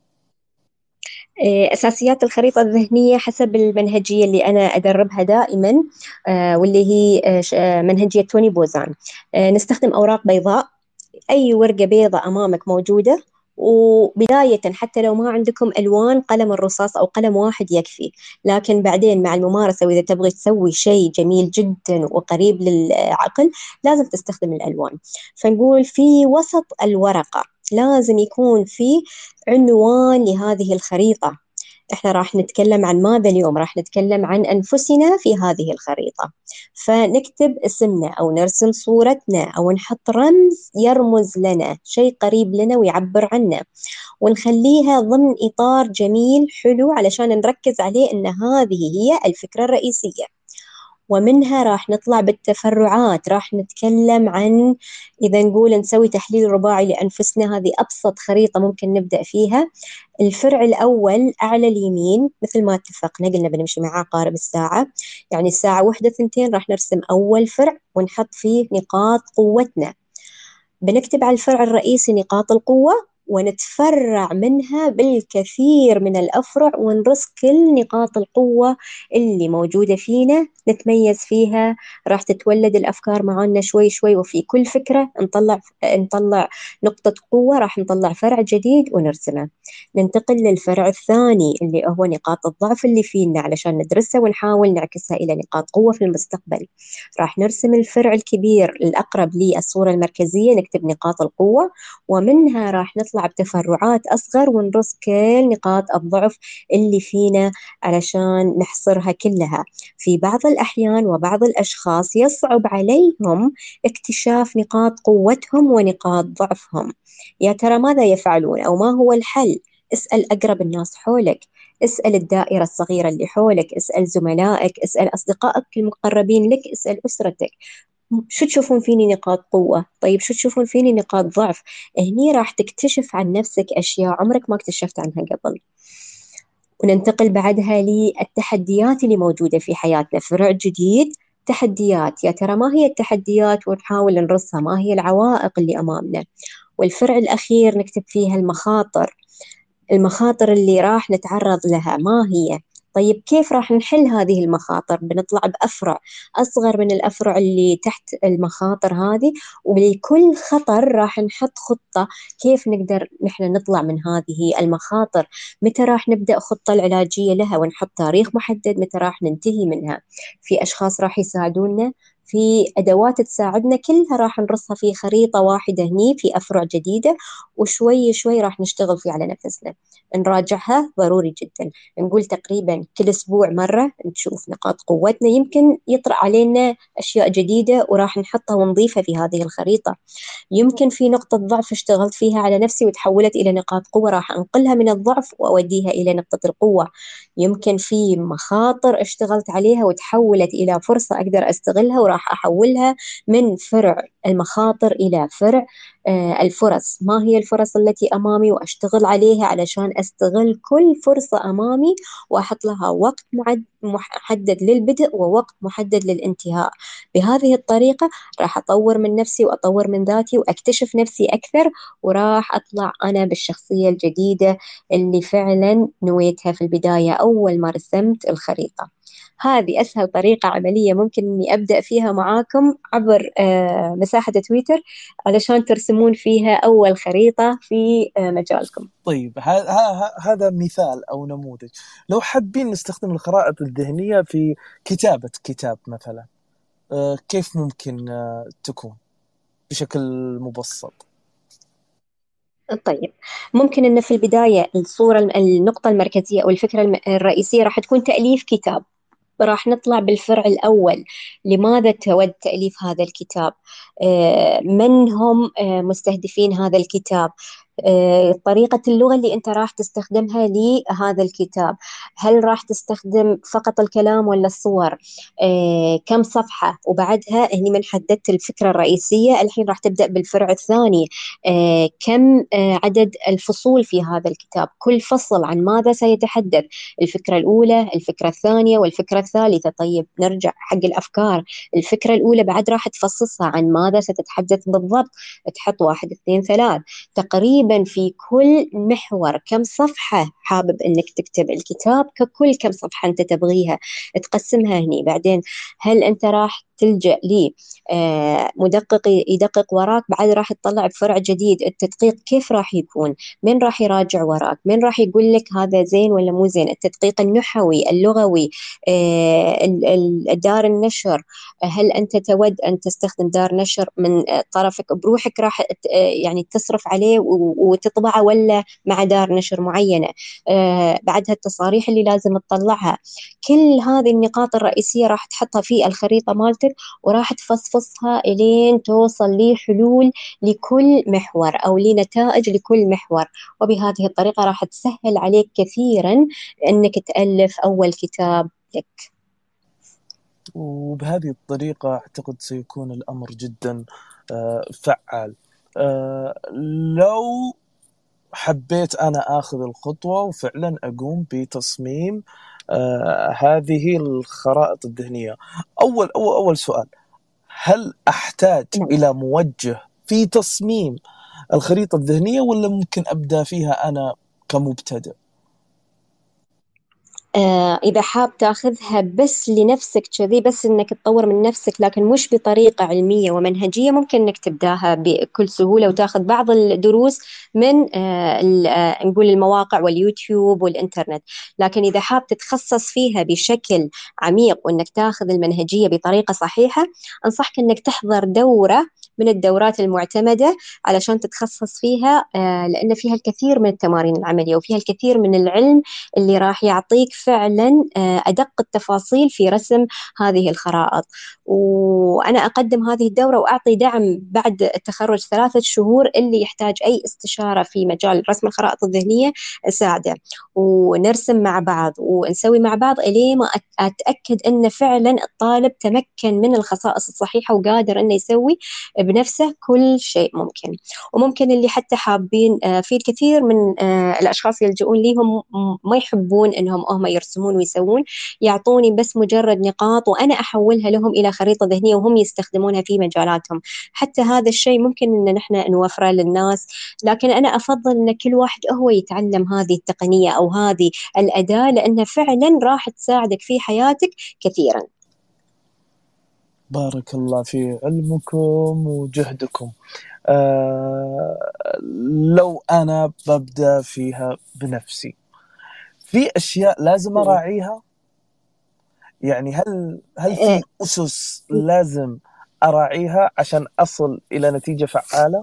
أساسيات الخريطة الذهنية حسب المنهجية اللي أنا أدربها دائما، آه، واللي هي آه، ش- آه، منهجية توني بوزان. آه، نستخدم أوراق بيضاء، أي ورقة بيضاء أمامك موجودة. وبداية حتى لو ما عندكم ألوان، قلم الرصاص أو قلم واحد يكفي. لكن بعدين مع الممارسة، وإذا تبغي تسوي شيء جميل جدا وقريب للعقل، لازم تستخدم الألوان. فنقول في وسط الورقة لازم يكون في عنوان لهذه الخريطة. احنا راح نتكلم عن ماذا اليوم؟ راح نتكلم عن أنفسنا في هذه الخريطة. فنكتب اسمنا أو نرسم صورتنا أو نحط رمز يرمز لنا، شيء قريب لنا ويعبر عنا، ونخليها ضمن إطار جميل حلو علشان نركز عليه أن هذه هي الفكرة الرئيسية. ومنها راح نطلع بالتفرعات، راح نتكلم عن، إذا نقول نسوي تحليل رباعي لأنفسنا، هذه أبسط خريطة ممكن نبدأ فيها. الفرع الأول أعلى اليمين، مثل ما اتفقنا قلنا بنمشي مع عقارب الساعة. يعني الساعة واحدة ثنتين راح نرسم أول فرع ونحط فيه نقاط قوتنا. بنكتب على الفرع الرئيسي نقاط القوة، ونتفرع منها بالكثير من الأفرع ونرص كل نقاط القوة اللي موجودة فينا نتميز فيها. راح تتولد الأفكار معنا شوي شوي، وفي كل فكرة نطلع نطلع نقطة قوة، راح نطلع فرع جديد ونرسمه. ننتقل للفرع الثاني اللي هو نقاط الضعف اللي فينا علشان ندرسها ونحاول نعكسها إلى نقاط قوة في المستقبل. راح نرسم الفرع الكبير الأقرب للصورة المركزية، نكتب نقاط القوة، ومنها راح نطلع بتفرعات أصغر ونرص كل نقاط الضعف اللي فينا علشان نحصرها كلها. في بعض الأحيان وبعض الأشخاص يصعب عليهم اكتشاف نقاط قوتهم ونقاط ضعفهم. يا ترى ماذا يفعلون أو ما هو الحل؟ اسأل أقرب الناس حولك، اسأل الدائرة الصغيرة اللي حولك، اسأل زملائك، اسأل أصدقائك المقربين لك، اسأل أسرتك. شو تشوفون فيني نقاط قوة؟ طيب شو تشوفون فيني نقاط ضعف؟ هني راح تكتشف عن نفسك أشياء عمرك ما اكتشفت عنها قبل. وننتقل بعدها للتحديات اللي موجودة في حياتنا، فرع جديد، تحديات. يا ترى ما هي التحديات؟ ونحاول نرصها، ما هي العوائق اللي أمامنا. والفرع الأخير نكتب فيها المخاطر، المخاطر اللي راح نتعرض لها ما هي. طيب كيف راح نحل هذه المخاطر؟ بنطلع بأفرع أصغر من الأفرع اللي تحت المخاطر هذه، ولكل خطر راح نحط خطة كيف نقدر نحن نطلع من هذه المخاطر، متى راح نبدأ خطة العلاجية لها ونحط تاريخ محدد، متى راح ننتهي منها. في أشخاص راح يساعدونا، في أدوات تساعدنا، كلها راح نرصها في خريطة واحدة هني في أفرع جديدة، وشوي شوي راح نشتغل فيه على نفسنا. نراجعها ضروري جدا، نقول تقريبا كل أسبوع مرة نشوف نقاط قوتنا، يمكن يطرأ علينا أشياء جديدة وراح نحطها ونضيفها في هذه الخريطة. يمكن في نقطة ضعف اشتغلت فيها على نفسي وتحولت إلى نقاط قوة، راح أنقلها من الضعف وأوديها إلى نقطة القوة. يمكن في مخاطر اشتغلت عليها وتحولت إلى فرصة أقدر أستغلها، وراح أحولها من فرع المخاطر إلى فرع آه، الفرص. ما هي الفرص التي أمامي وأشتغل عليها علشان أستغل كل فرصة أمامي، وأحط لها وقت معد- محدد للبدء ووقت محدد للانتهاء. بهذه الطريقة راح أطور من نفسي وأطور من ذاتي وأكتشف نفسي أكثر، وراح أطلع أنا بالشخصية الجديدة اللي فعلا نويتها في البداية أول ما رسمت الخريطة. هذه أسهل طريقة عملية ممكن إني أبدأ فيها معاكم عبر آه، مساحة تويتر علشان ترسمون فيها أول خريطة في آه، مجالكم. طيب ه- ه- ه- هذا مثال أو نموذج. لو حابين نستخدم الخرائط الذهنية في كتابة كتاب مثلا، آه، كيف ممكن آه، تكون بشكل مبسط؟ طيب، ممكن أن في البداية الصورة النقطة المركزية أو الفكرة الم- الرئيسية راح تكون تأليف كتاب. راح نطلع بالفرع الأول، لماذا تود تأليف هذا الكتاب؟ آه، من هم آه، مستهدفين هذا الكتاب؟ آه، طريقة اللغة اللي أنت راح تستخدمها لهذا الكتاب، هل راح تستخدم فقط الكلام ولا الصور؟ آه، كم صفحة؟ وبعدها هني من حددت الفكرة الرئيسية، الحين راح تبدأ بالفرع الثاني. آه، كم آه، عدد الفصول في هذا الكتاب؟ كل فصل عن ماذا سيتحدث؟ الفكرة الأولى، الفكرة الثانية، والفكرة الثالثة. طيب نرجع حق الأفكار. الفكرة الأولى بعد راح تفصصها عن ماذا ستتحدث بالضبط، تحط واحد اثنين ثلاث، تقريبا في كل محور كم صفحة حابب أنك تكتب الكتاب ككل، كم صفحة أنت تبغيها، تقسمها هني. بعدين هل أنت راح تلجأ لي آه، مدقق يدقق وراك؟ بعد راح تطلع بفرع جديد، التدقيق كيف راح يكون؟ من راح يراجع وراك؟ من راح يقول لك هذا زين ولا مو زين؟ التدقيق النحوي، اللغوي، آه، ال- ال- دار النشر، هل أنت تود أن تستخدم دار نشر من طرفك بروحك راح ت- يعني تصرف عليه و- وتطبعه، ولا مع دار نشر معينة؟ آه، بعدها التصاريح اللي لازم تطلعها. كل هذه النقاط الرئيسية راح تحطها في الخريطة مالتك، وراح تفصفصها إلين توصل لحلول لكل محور أو لنتائج لكل محور. وبهذه الطريقة راح تسهل عليك كثيرا أنك تألف أول كتاب لك. وبهذه الطريقة أعتقد سيكون الأمر جدا آه، فعال. آه، لو حبيت أنا آخذ الخطوة وفعلا أقوم بتصميم آه، هذه الخرائط الذهنية، أول أول أول سؤال: هل أحتاج نعم. إلى موجه في تصميم الخريطة الذهنية، ولا ممكن أبدأ فيها أنا كمبتدئ؟ آه، إذا حاب تاخذها بس لنفسك كذي، بس إنك تطور من نفسك لكن مش بطريقة علمية ومنهجية، ممكن إنك تبداها بكل سهولة وتاخذ بعض الدروس من آه، ال- آه، نقول المواقع واليوتيوب والإنترنت. لكن إذا حاب تتخصص فيها بشكل عميق وإنك تاخذ المنهجية بطريقة صحيحة، أنصحك إنك تحضر دورة من الدورات المعتمدة علشان تتخصص فيها، آه، لأن فيها الكثير من التمارين العملية وفيها الكثير من العلم اللي راح يعطيك فعلا آه، أدق التفاصيل في رسم هذه الخرائط. وأنا أقدم هذه الدورة وأعطي دعم بعد التخرج ثلاثة شهور، اللي يحتاج أي استشارة في مجال رسم الخرائط الذهنية أساعده، ونرسم مع بعض ونسوي مع بعض إلين ما أت- أتأكد أن فعلا الطالب تمكن من الخصائص الصحيحة وقادر أنه يسوي بنفسه كل شيء ممكن. وممكن اللي حتى حابين، في الكثير من الأشخاص يلجؤون ليهم ما يحبون إنهم هم يرسمون ويسوون، يعطوني بس مجرد نقاط وأنا أحولها لهم إلى خريطة ذهنية وهم يستخدمونها في مجالاتهم. حتى هذا الشيء ممكن إن نحن نوفره للناس، لكن أنا أفضل إن كل واحد هو يتعلم هذه التقنية أو هذه الأداة، لأنها فعلا راح تساعدك في حياتك كثيرا. بارك الله في علمكم وجهدكم. آه لو أنا ببدأ فيها بنفسي، في أشياء لازم أراعيها؟ يعني هل هل في أسس لازم أراعيها عشان أصل إلى نتيجة فعالة؟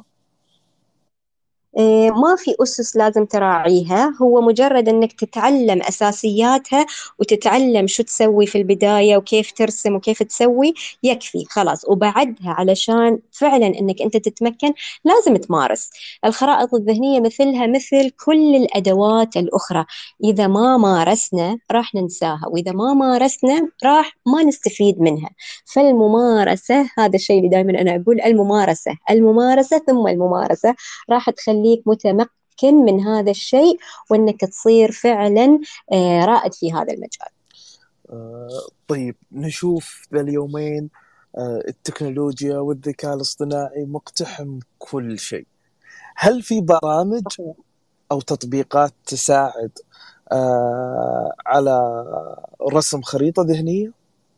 ما في أسس لازم تراعيها، هو مجرد أنك تتعلم أساسياتها وتتعلم شو تسوي في البداية وكيف ترسم وكيف تسوي، يكفي خلاص. وبعدها علشان فعلا أنك أنت تتمكن لازم تمارس. الخرائط الذهنية مثلها مثل كل الأدوات الأخرى، إذا ما مارسنا راح ننساها، وإذا ما مارسنا راح ما نستفيد منها. فالممارسة، هذا الشيء اللي دائما أنا أقول، الممارسة الممارسة ثم الممارسة راح تخليك متمكن من هذا الشيء، وأنك تصير فعلا رائد في هذا المجال. آه طيب، نشوف ذا اليومين آه التكنولوجيا والذكاء الاصطناعي مقتحم كل شيء. هل في برامج أو تطبيقات تساعد آه على رسم خريطة ذهنية؟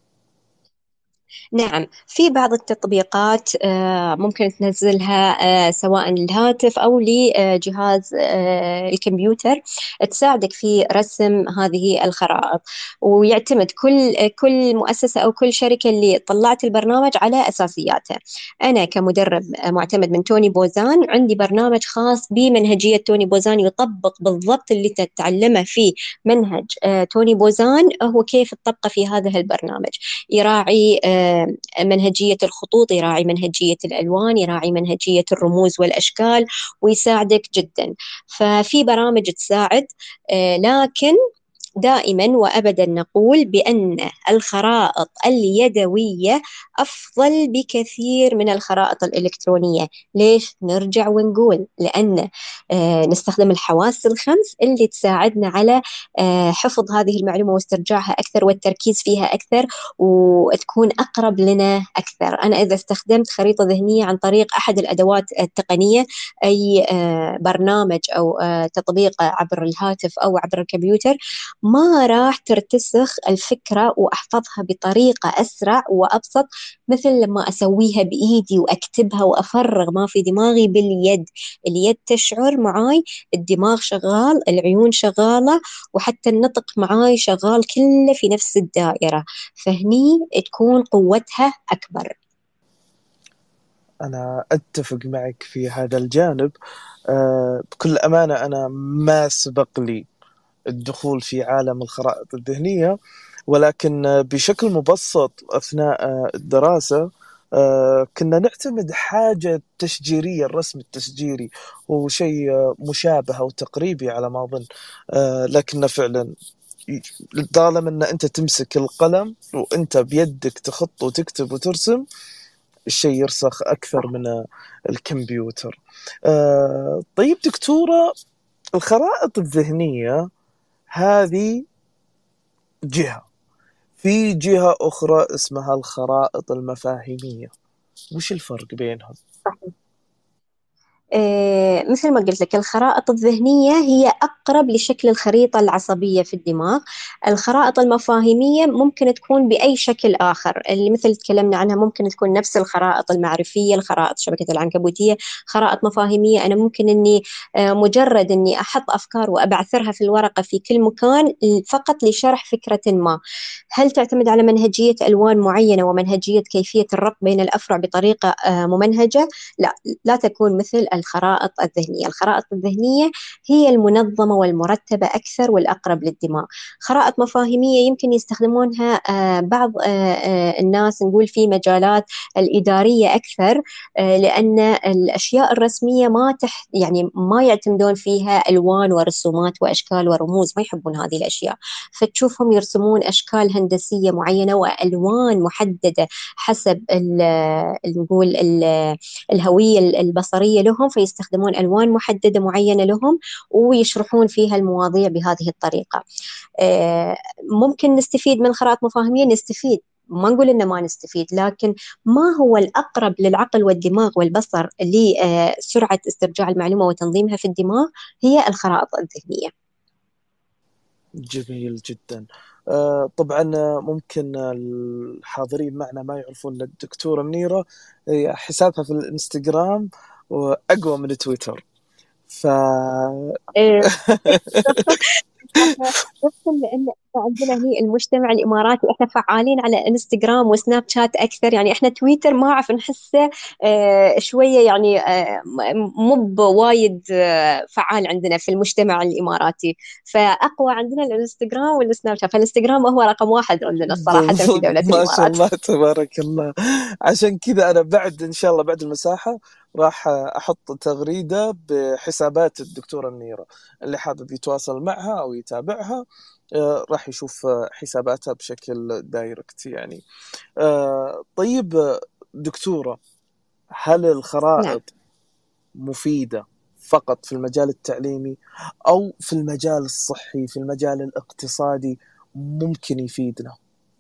نعم، في بعض التطبيقات ممكن تنزلها سواء للهاتف أو لجهاز الكمبيوتر، تساعدك في رسم هذه الخرائط. ويعتمد كل كل مؤسسة أو كل شركة اللي طلعت البرنامج على أساسياتها. أنا كمدرب معتمد من توني بوزان عندي برنامج خاص بمنهجية توني بوزان، يطبق بالضبط اللي تتعلمه في منهج توني بوزان، هو كيف تطبقه في هذا البرنامج. يراعي منهجية الخطوط، يراعي منهجية الألوان، يراعي منهجية الرموز والأشكال، ويساعدك جدا. ففي برامج تساعد، لكن دائما وأبدا نقول بأن الخرائط اليدوية أفضل بكثير من الخرائط الإلكترونية. ليش؟ نرجع ونقول لأن آه نستخدم الحواس الخمس اللي تساعدنا على آه حفظ هذه المعلومة واسترجاعها أكثر والتركيز فيها أكثر وتكون أقرب لنا أكثر. أنا إذا استخدمت خريطة ذهنية عن طريق أحد الأدوات التقنية، أي آه برنامج أو آه تطبيق عبر الهاتف أو عبر الكمبيوتر، ما راح ترتسخ الفكرة وأحفظها بطريقة أسرع وأبسط مثل لما أسويها بإيدي وأكتبها وأفرغ ما في دماغي باليد. اليد تشعر معاي، الدماغ شغال، العيون شغالة، وحتى النطق معاي شغال، كله في نفس الدائرة. فهني تكون قوتها أكبر. أنا أتفق معك في هذا الجانب. أه بكل أمانة أنا ما سبق لي الدخول في عالم الخرائط الذهنية، ولكن بشكل مبسط أثناء الدراسة كنا نعتمد حاجة تشجيرية، الرسم التشجيري هو شيء مشابه أو تقريبي على ما أظن، لكن فعلا طالما أن أنت تمسك القلم وأنت بيدك تخط وتكتب وترسم، الشيء يرسخ أكثر من الكمبيوتر. طيب دكتورة، الخرائط الذهنية هذه جهة، في جهة أخرى اسمها الخرائط المفاهيمية، وش الفرق بينهم؟ إيه، مثل ما قلت لك، الخرائط الذهنية هي أقرب لشكل الخريطة العصبية في الدماغ. الخرائط المفاهيمية ممكن تكون بأي شكل آخر، اللي مثل تكلمنا عنها ممكن تكون نفس الخرائط المعرفية، الخرائط شبكة العنكبوتية. خرائط مفاهيمية أنا ممكن أني مجرد أني أحط أفكار وأبعثرها في الورقة في كل مكان فقط لشرح فكرة ما. هل تعتمد على منهجية ألوان معينة ومنهجية كيفية الربط بين الأفرع بطريقة ممنهجة؟ لا، لا تكون مثل الخرائط الذهنية. الخرائط الذهنية هي المنظمة والمرتبة أكثر والأقرب للدماغ. خرائط مفاهيمية يمكن يستخدمونها آه، بعض آه، آه، الناس نقول في مجالات الإدارية أكثر، آه، لأن الأشياء الرسمية ما تح يعني ما يعتمدون فيها ألوان ورسومات وأشكال ورموز، ما يحبون هذه الأشياء، فتشوفهم يرسمون أشكال هندسية معينة وألوان محددة حسب نقول الهوية البصرية لهم، فيستخدمون ألوان محددة معينة لهم ويشرحون فيها المواضيع بهذه الطريقة. ممكن نستفيد من خرائط مفاهيمية، نستفيد، ما نقول إنه ما نستفيد، لكن ما هو الأقرب للعقل والدماغ والبصر لسرعة استرجاع المعلومة وتنظيمها في الدماغ هي الخرائط الذهنية. جميل جدا. آه طبعا ممكن الحاضرين معنا ما يعرفون الدكتورة منيرة حسابها في الانستغرام وأقوى من تويتر، ف خصوصا لأن عندنا هنا المجتمع الإماراتي إحنا فعالين على إنستغرام وسناب شات أكثر، يعني إحنا تويتر ما أعرف نحسه آه شوية يعني آه مب وايد آه فعال عندنا في المجتمع الإماراتي، فأقوى عندنا الإنستغرام والسناب شات، فالإنستغرام هو رقم واحد عندنا الصراحة في دولة ما شاء الإمارات. الله تبارك الله. عشان كذا أنا بعد إن شاء الله بعد المساحة راح أحط تغريدة بحسابات الدكتورة منيرة، اللي حابب يتواصل معها أو يتابعها راح يشوف حساباتها بشكل دايركت يعني. طيب دكتورة، هل نعم. الخرائط مفيدة فقط في المجال التعليمي أو في المجال الصحي، في المجال الاقتصادي ممكن يفيدنا؟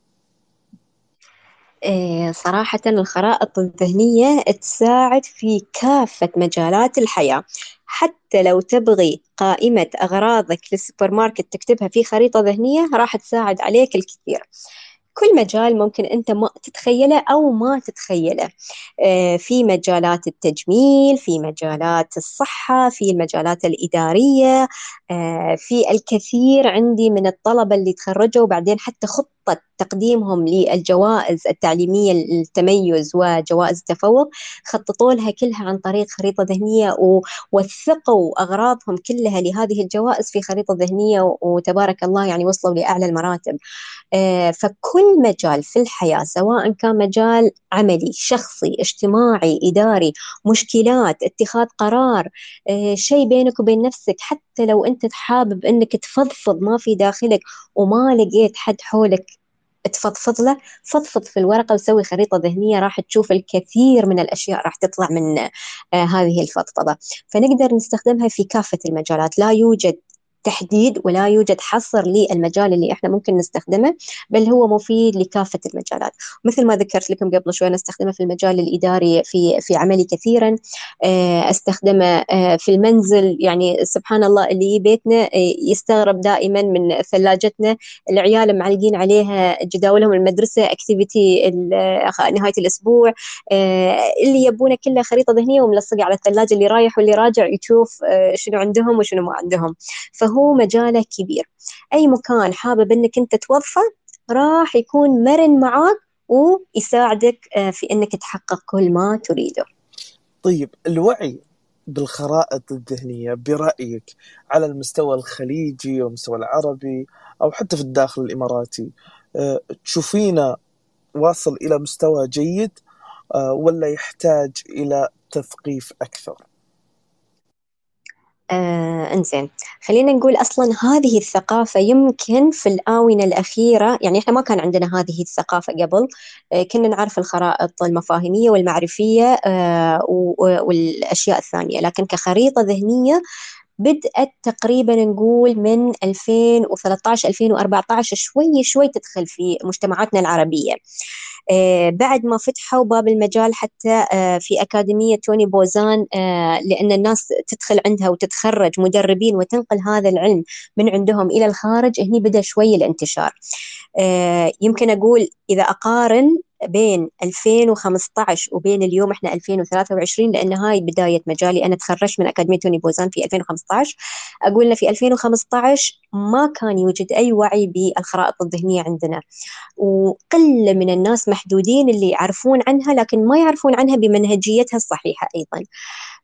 إيه صراحة الخرائط الذهنية تساعد في كافة مجالات الحياة، حتى لو تبغي قائمة أغراضك للسوبر ماركت تكتبها في خريطة ذهنية راح تساعد عليك الكثير. كل مجال ممكن أنت ما تتخيله أو ما تتخيله، في مجالات التجميل، في مجالات الصحة، في المجالات الإدارية، في الكثير عندي من الطلبة اللي تخرجوا وبعدين حتى خطة تقديمهم للجوائز التعليمية التميز وجوائز التفوق خططوا لها كلها عن طريق خريطة ذهنية، ووثقوا أغراضهم كلها لهذه الجوائز في خريطة ذهنية، وتبارك الله يعني وصلوا لأعلى المراتب. فكل مجال في الحياة سواء كان مجال عملي، شخصي، اجتماعي، إداري، مشكلات، اتخاذ قرار، شيء بينك وبين نفسك، حتى لو أنت حابب أنك تفضفض ما في داخلك وما لقيت حد حولك تفضفض له، فضفض في الورقة وسوي خريطة ذهنية، راح تشوف الكثير من الأشياء راح تطلع من آه هذه الفضفضة. فنقدر نستخدمها في كافة المجالات، لا يوجد تحديد ولا يوجد حصر للمجال اللي احنا ممكن نستخدمه، بل هو مفيد لكافة المجالات. مثل ما ذكرت لكم قبل شوي، أنا استخدمه في المجال الإداري في في عملي كثيرا، استخدمه في المنزل، يعني سبحان الله اللي بيتنا يستغرب دائما من ثلاجتنا، العيال معلقين عليها جداولهم المدرسة، اكتيفيتي نهاية الأسبوع، اللي يبونه كله خريطة ذهنية وملصقة على الثلاجة، اللي رايح واللي راجع يشوف شنو عندهم وشنو ما عندهم. فهو مجاله كبير، أي مكان حابب أنك أنت توظفه راح يكون مرن معاك ويساعدك في أنك تحقق كل ما تريده. طيب الوعي بالخرائط الذهنية برأيك على المستوى الخليجي والمستوى العربي أو حتى في الداخل الإماراتي، تشوفينه واصل إلى مستوى جيد ولا يحتاج إلى تثقيف أكثر؟ آه، إنزين، خلينا نقول أصلاً هذه الثقافة يمكن في الآونة الأخيرة، يعني إحنا ما كان عندنا هذه الثقافة قبل، آه كنا نعرف الخرائط المفاهيمية والمعرفية آه والأشياء الثانية، لكن كخريطة ذهنية بدأت تقريباً نقول من ألفين وثلاثة عشر ألفين وأربعة عشر شوي شوي تدخل في مجتمعاتنا العربية. آه بعد ما فتحوا باب المجال حتى آه في أكاديمية توني بوزان، آه لأن الناس تدخل عندها وتتخرج مدربين وتنقل هذا العلم من عندهم إلى الخارج، هني بدأ شوي الانتشار. آه يمكن أقول إذا أقارن بين ألفين وخمسة عشر وبين اليوم إحنا ألفين وثلاثة وعشرين، لأن هاي بداية مجالي، أنا تخرجت من أكاديمية توني بوزان في ألفين وخمسة عشر، أقول في ألفين وخمسة عشر ما كان يوجد أي وعي بالخرائط الذهنية عندنا، وقلة من الناس محدودين اللي يعرفون عنها، لكن ما يعرفون عنها بمنهجيتها الصحيحة أيضا.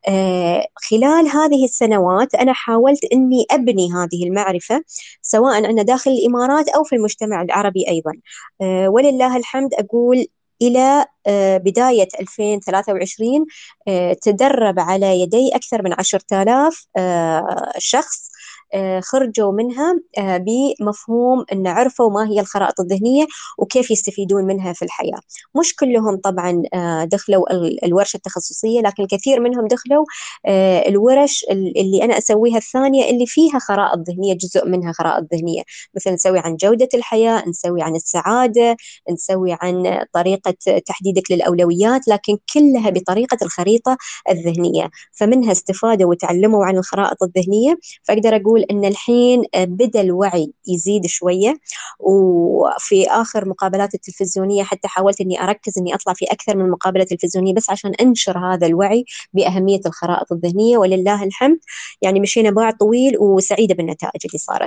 آه، خلال هذه السنوات أنا حاولت أني أبني هذه المعرفة سواء أنا داخل الإمارات أو في المجتمع العربي أيضا. آه، ولله الحمد أقول إلى آه، بداية ألفين وثلاثة وعشرين آه، تدرب على يدي أكثر من عشرة آلاف آه، شخص آه، خرجوا منها آه، بمفهوم أن عرفوا ما هي الخرائط الذهنية وكيف يستفيدون منها في الحياة. مش كلهم طبعا آه، دخلوا ال- الورشة التخصصية، لكن الكثير منهم دخلوا آه، الورش ال- اللي أنا أسويها الثانية اللي فيها خرائط ذهنية، جزء منها خرائط ذهنية، مثل نسوي عن جودة الحياة، نسوي عن السعادة، نسوي عن طريقة تحديدك للأولويات، لكن كلها بطريقة الخريطة الذهنية. فمنها استفادوا وتعلموا عن الخرائط الذهنية. فأقدر أقول أن الحين بدأ الوعي يزيد شوية. وفي آخر مقابلات التلفزيونية حتى حاولت أني أركز أني أطلع في أكثر من مقابلة تلفزيونية بس عشان أنشر هذا الوعي بأهمية الخرائط الذهنية، ولله الحمد يعني مشينا باع طويل وسعيدة بالنتائج اللي صارت.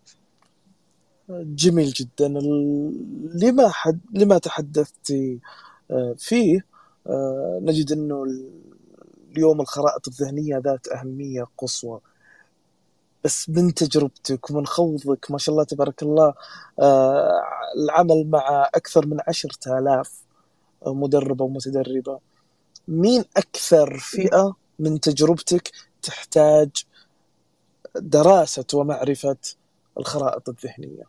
جميل جدا. ال- لما حد لما تحدثت آه، فيه، آه، نجد أنه ال- اليوم الخرائط الذهنية ذات أهمية قصوى. بس من تجربتك ومن خوضك ما شاء الله تبارك الله، آه، العمل مع أكثر من عشرة آلاف مدربة ومتدربة، مين أكثر فئة من تجربتك تحتاج دراسة ومعرفة الخرائط الذهنية؟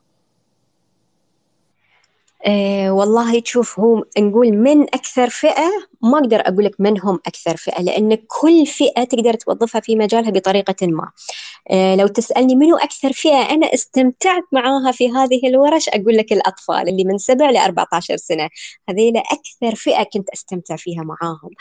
أه والله تشوف، هو نقول من أكثر فئة، ما أقدر أقول لك من هم أكثر فئة، لأن كل فئة تقدر توظفها في مجالها بطريقة ما. أه لو تسألني منو أكثر فئة أنا استمتعت معاها في هذه الورش، أقول لك الأطفال اللي من سبع لأربعة عشر سنة. هذيلا أكثر فئة كنت أستمتع فيها معاهم.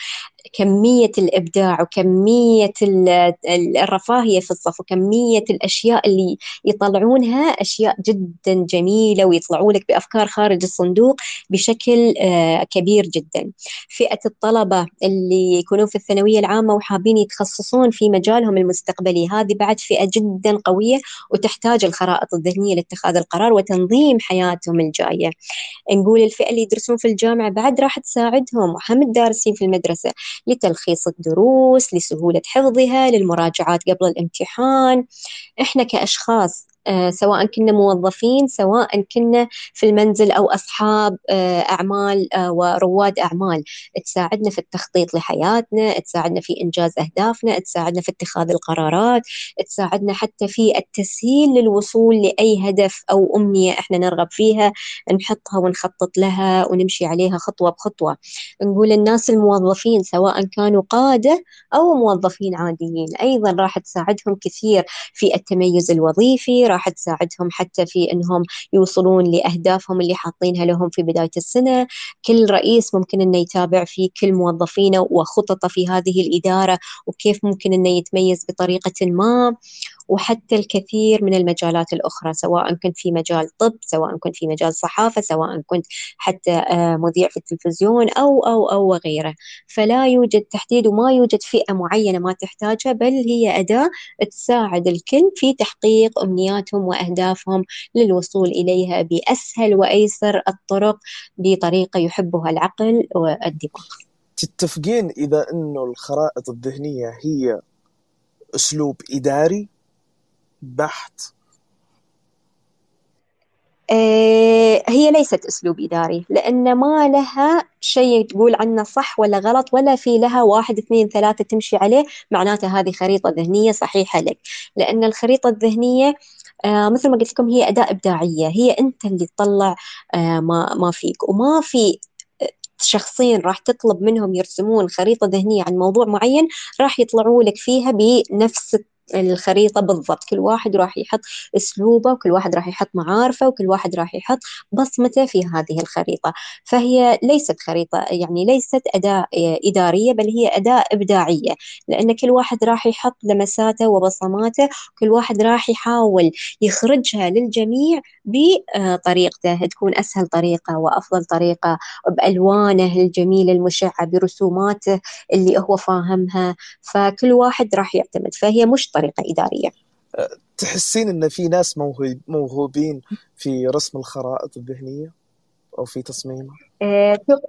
كمية الإبداع وكمية ال- ال- الرفاهية في الصف وكمية الأشياء اللي يطلعونها أشياء جدا جميلة، ويطلعوا لك بأفكار خارج الصندوق بشكل آه، كبير جدا. فئة الطلبة اللي يكونون في الثانوية العامة وحابين يتخصصون في مجالهم المستقبلي، هذه بعد فئة جدا قوية وتحتاج الخرائط الذهنية لاتخاذ القرار وتنظيم حياتهم الجاية. نقول الفئة اللي يدرسون في الجامعة بعد راح تساعدهم، وهم الدارسين في المدرسة، لتلخيص الدروس، لسهولة حفظها، للمراجعات قبل الامتحان. إحنا كأشخاص آه، سواء كنا موظفين، سواء كنا في المنزل أو أصحاب آه، أعمال آه، ورواد أعمال، تساعدنا في التخطيط لحياتنا، تساعدنا في إنجاز أهدافنا، تساعدنا في اتخاذ القرارات، تساعدنا حتى في التسهيل للوصول لأي هدف أو أمنية إحنا نرغب فيها، نحطها ونخطط لها ونمشي عليها خطوة بخطوة. نقول الناس الموظفين سواء كانوا قادة أو موظفين عاديين، أيضا راح تساعدهم كثير في التميز الوظيفي، راح تساعدهم حتى في أنهم يوصلون لأهدافهم اللي حاطينها لهم في بداية السنة. كل رئيس ممكن أنه يتابع في كل موظفينه وخططه في هذه الإدارة وكيف ممكن أنه يتميز بطريقة ما. وحتى الكثير من المجالات الأخرى، سواء كنت في مجال طب، سواء كنت في مجال صحافة، سواء كنت حتى آه، مذيع في التلفزيون أو أو أو وغيره. فلا يوجد تحديد وما يوجد فئة معينة ما تحتاجها، بل هي أداة تساعد الكل في تحقيق أمنياتهم وأهدافهم للوصول إليها بأسهل وأيسر الطرق بطريقة يحبها العقل والدماغ. تتفقين إذا أنه الخرائط الذهنية هي أسلوب إداري بحت؟ آه، هي ليست أسلوب إداري، لأن ما لها شيء تقول عنه صح ولا غلط، ولا في لها واحد اثنين ثلاثة تمشي عليه معناته هذه خريطة ذهنية صحيحة لك. لأن الخريطة الذهنية آه مثل ما قلت لكم هي أداة إبداعية، هي أنت اللي تطلع آه ما ما فيك، وما في شخصين راح تطلب منهم يرسمون خريطة ذهنية عن موضوع معين راح يطلعوا لك فيها بنفس الخريطة بالضبط. كل واحد راح يحط أسلوبه، وكل واحد راح يحط معارفه، وكل واحد راح يحط بصمته في هذه الخريطة. فهي ليست خريطة، يعني ليست أداة إدارية، بل هي أداة إبداعية، لأن كل واحد راح يحط لمساته وبصماته، كل واحد راح يحاول يخرجها للجميع بطريقته، تكون أسهل طريقة وأفضل طريقة، بألوانه الجميلة المشعة، برسوماته اللي هو فاهمها. فكل واحد راح يعتمد، فهي مش طريقة إدارية. تحسين أن في ناس موهوب موهوبين في رسم الخرائط الذهنية أو في تصميمها؟ أه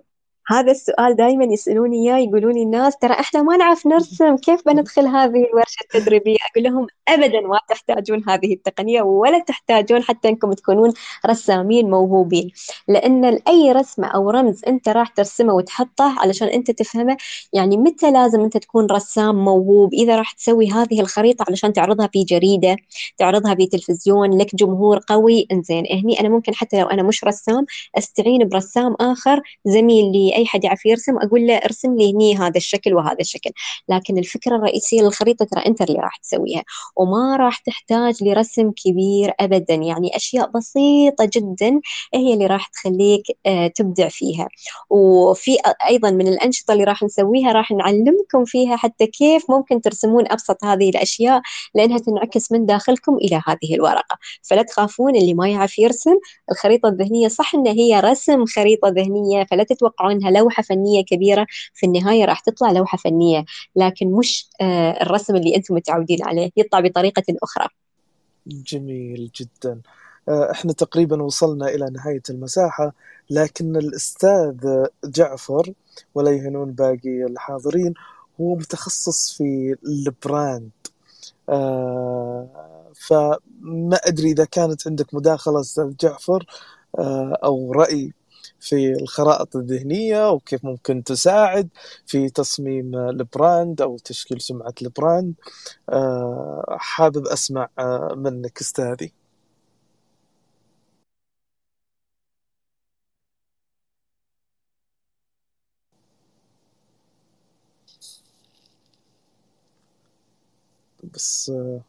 هذا السؤال دائما يسألوني إياه، يقولون لي الناس ترى إحنا ما نعرف نرسم، كيف بندخل هذه الورشة التدريبية؟ أقول لهم أبدا ما تحتاجون هذه التقنية، ولا تحتاجون حتى أنكم تكونون رسامين موهوبين، لأن أي رسمة أو رمز أنت راح ترسمه وتحطه علشان أنت تفهمه. يعني متى لازم أنت تكون رسام موهوب؟ إذا راح تسوي هذه الخريطة علشان تعرضها في جريدة، تعرضها في تلفزيون، لك جمهور قوي، إنزين هني أنا ممكن حتى لو أنا مش رسام استعين برسام آخر زميل لي، أي حد يعرف يرسم، أقول له ارسم لي هني هذا الشكل وهذا الشكل. لكن الفكرة الرئيسية للخريطة ترى أنت اللي راح تسويها، وما راح تحتاج لرسم كبير أبدا، يعني أشياء بسيطة جدا هي اللي راح تخليك آه، تبدع فيها. وفي أيضا من الأنشطة اللي راح نسويها، راح نعلمكم فيها حتى كيف ممكن ترسمون أبسط هذه الأشياء، لأنها تنعكس من داخلكم إلى هذه الورقة. فلا تخافون اللي ما يعرف يرسم، الخريطة الذهنية صح إن هي رسم خريطة ذهنية، فلا تتوقعوا إنها لوحة فنية كبيرة، في النهاية راح تطلع لوحة فنية، لكن مش آه، الرسم اللي أنتم متعودين عليه، يطلع بطريقة أخرى. جميل جدا. آه، احنا تقريبا وصلنا إلى نهاية المساحة، لكن الأستاذ جعفر، ولا يهنون باقي الحاضرين، هو متخصص في البراند. آه، فما أدري إذا كانت عندك مداخلة أستاذ جعفر، آه، أو رأي في الخرائط الذهنية وكيف ممكن تساعد في تصميم البراند أو تشكيل سمعة البراند. آه، حابب أسمع آه، منك أستاذي. بس آه،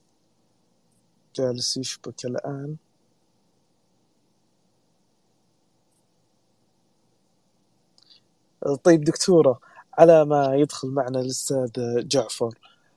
جالس يشبك الآن. آه، طيب دكتورة، على ما يدخل معنا الأستاذ جعفر،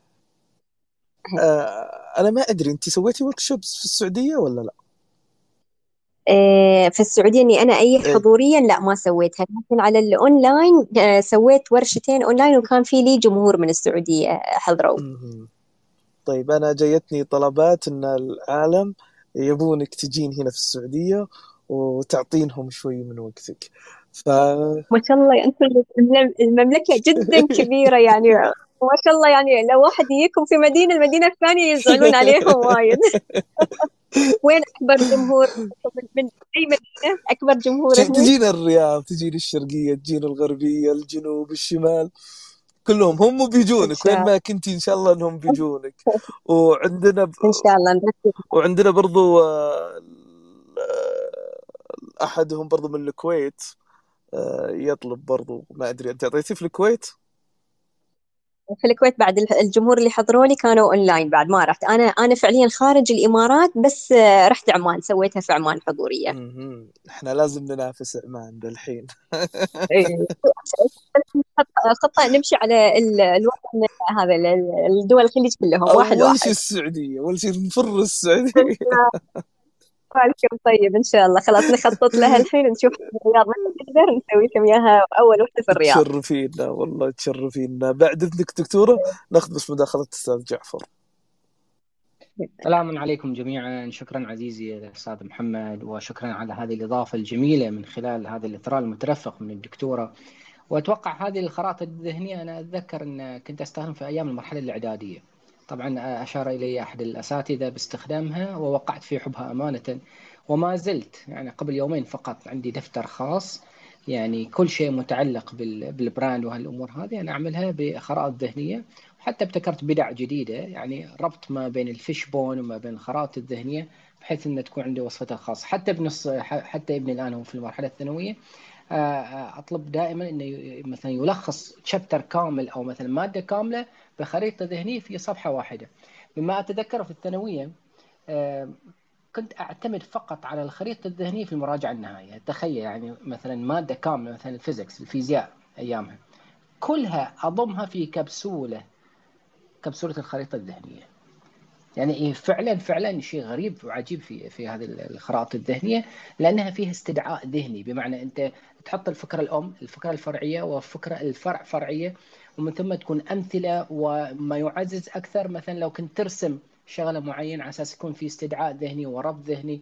آه، أنا ما أدري أنت سويتي وركشوبس في السعودية ولا لا؟ آه، في السعودية إني أنا أي إيه. حضوريا لا ما سويتها، لكن على الأونلاين آه، سويت ورشتين أونلاين، وكان في لي جمهور من السعودية آه، حضروا. مهم. طيب أنا جايتني طلبات إن العالم يبونك تجين هنا في السعودية وتعطينهم شوي من وقتك. ف ما شاء الله، أنتم المم- المملكة جدا كبيرة يعني، ما شاء الله، يعني لو واحد يجيكم في مدينة، المدينة الثانية يزعلون عليهم وايد. وين أكبر جمهور من من أي مدينة أكبر جمهور ت- هنا؟ تجينا الرياض، تجينا الشرقية، تجينا الغربية، الجنوب، الشمال، كلهم هم إن بيجونك وين شاء ما كنتي، إن شاء الله إنهم بيجونك. وعندنا ب... إن شاء الله نركز. وعندنا برضو آه، آه، أحدهم برضو من الكويت، آه، يطلب برضو. ما أدري أنت أعطيتي في الكويت؟ في الكويت بعد الح- الجمهور اللي حضروا لي كانوا اونلاين، بعد ما رحت انا انا فعليا خارج الامارات، بس آه، رحت عمان، سويتها في عمان حضوريه. مهم. إحنا لازم ننافس عمان بالحين. إيه. خطة خطة نمشي على ال- الوطن هذا ال- ال- الدول الخليج كلهم واحد أول شيء واحد. السعودية، أول شيء نفر السعودية. بالكم طيب ان شاء الله، خلاص نخطط لها الحين، نشوف الرياض متى نقدر نسوي لكم اياها اول وحده في الرياض. تشرفينا والله، تشرفينا. بعد إذنك دكتورة، ناخذ بس مداخلة أستاذ جعفر. سلام عليكم جميعا، شكرا عزيزي الأستاذ محمد، وشكرا على هذه الإضافة الجميلة من خلال هذا الإثراء المترفق من الدكتورة. وأتوقع هذه الخرائط الذهنية أنا أتذكر أن كنت أستخدم في أيام المرحلة الإعدادية. طبعا أشار إلي أحد الأساتذة باستخدامها ووقعت في حبها أمانة، وما زلت يعني قبل يومين فقط عندي دفتر خاص، يعني كل شيء متعلق بالبراند وهالأمور هذه أنا أعملها بخرائط ذهنية. حتى ابتكرت بدع جديدة، يعني ربط ما بين الفيش بون وما بين الخرائط الذهنية، بحيث أن تكون عندي وصفتها الخاصة. حتى بنص حتى ابني الآن هو في المرحلة الثانوية، أطلب دائما أنه مثلا يلخص شابتر كامل أو مثلا مادة كاملة بخريطة ذهنية في صفحة واحدة. مما أتذكره في الثانوية كنت أعتمد فقط على الخريطة الذهنية في المراجعة النهائية. تخيل يعني مثلا مادة كاملة مثلا الفيزيكس الفيزياء أيامها كلها أضمها في كبسولة كبسولة الخريطة الذهنية. يعني فعلا فعلا شيء غريب وعجيب في في هذه الخرائط الذهنية، لأنها فيها استدعاء ذهني، بمعنى أنت تحط الفكرة الأم، الفكرة الفرعية، وفكرة الفرع فرعية، ومن ثم تكون أمثلة وما يعزز أكثر. مثلا لو كنت ترسم شغلة معينة على أساس يكون في استدعاء ذهني وربط ذهني،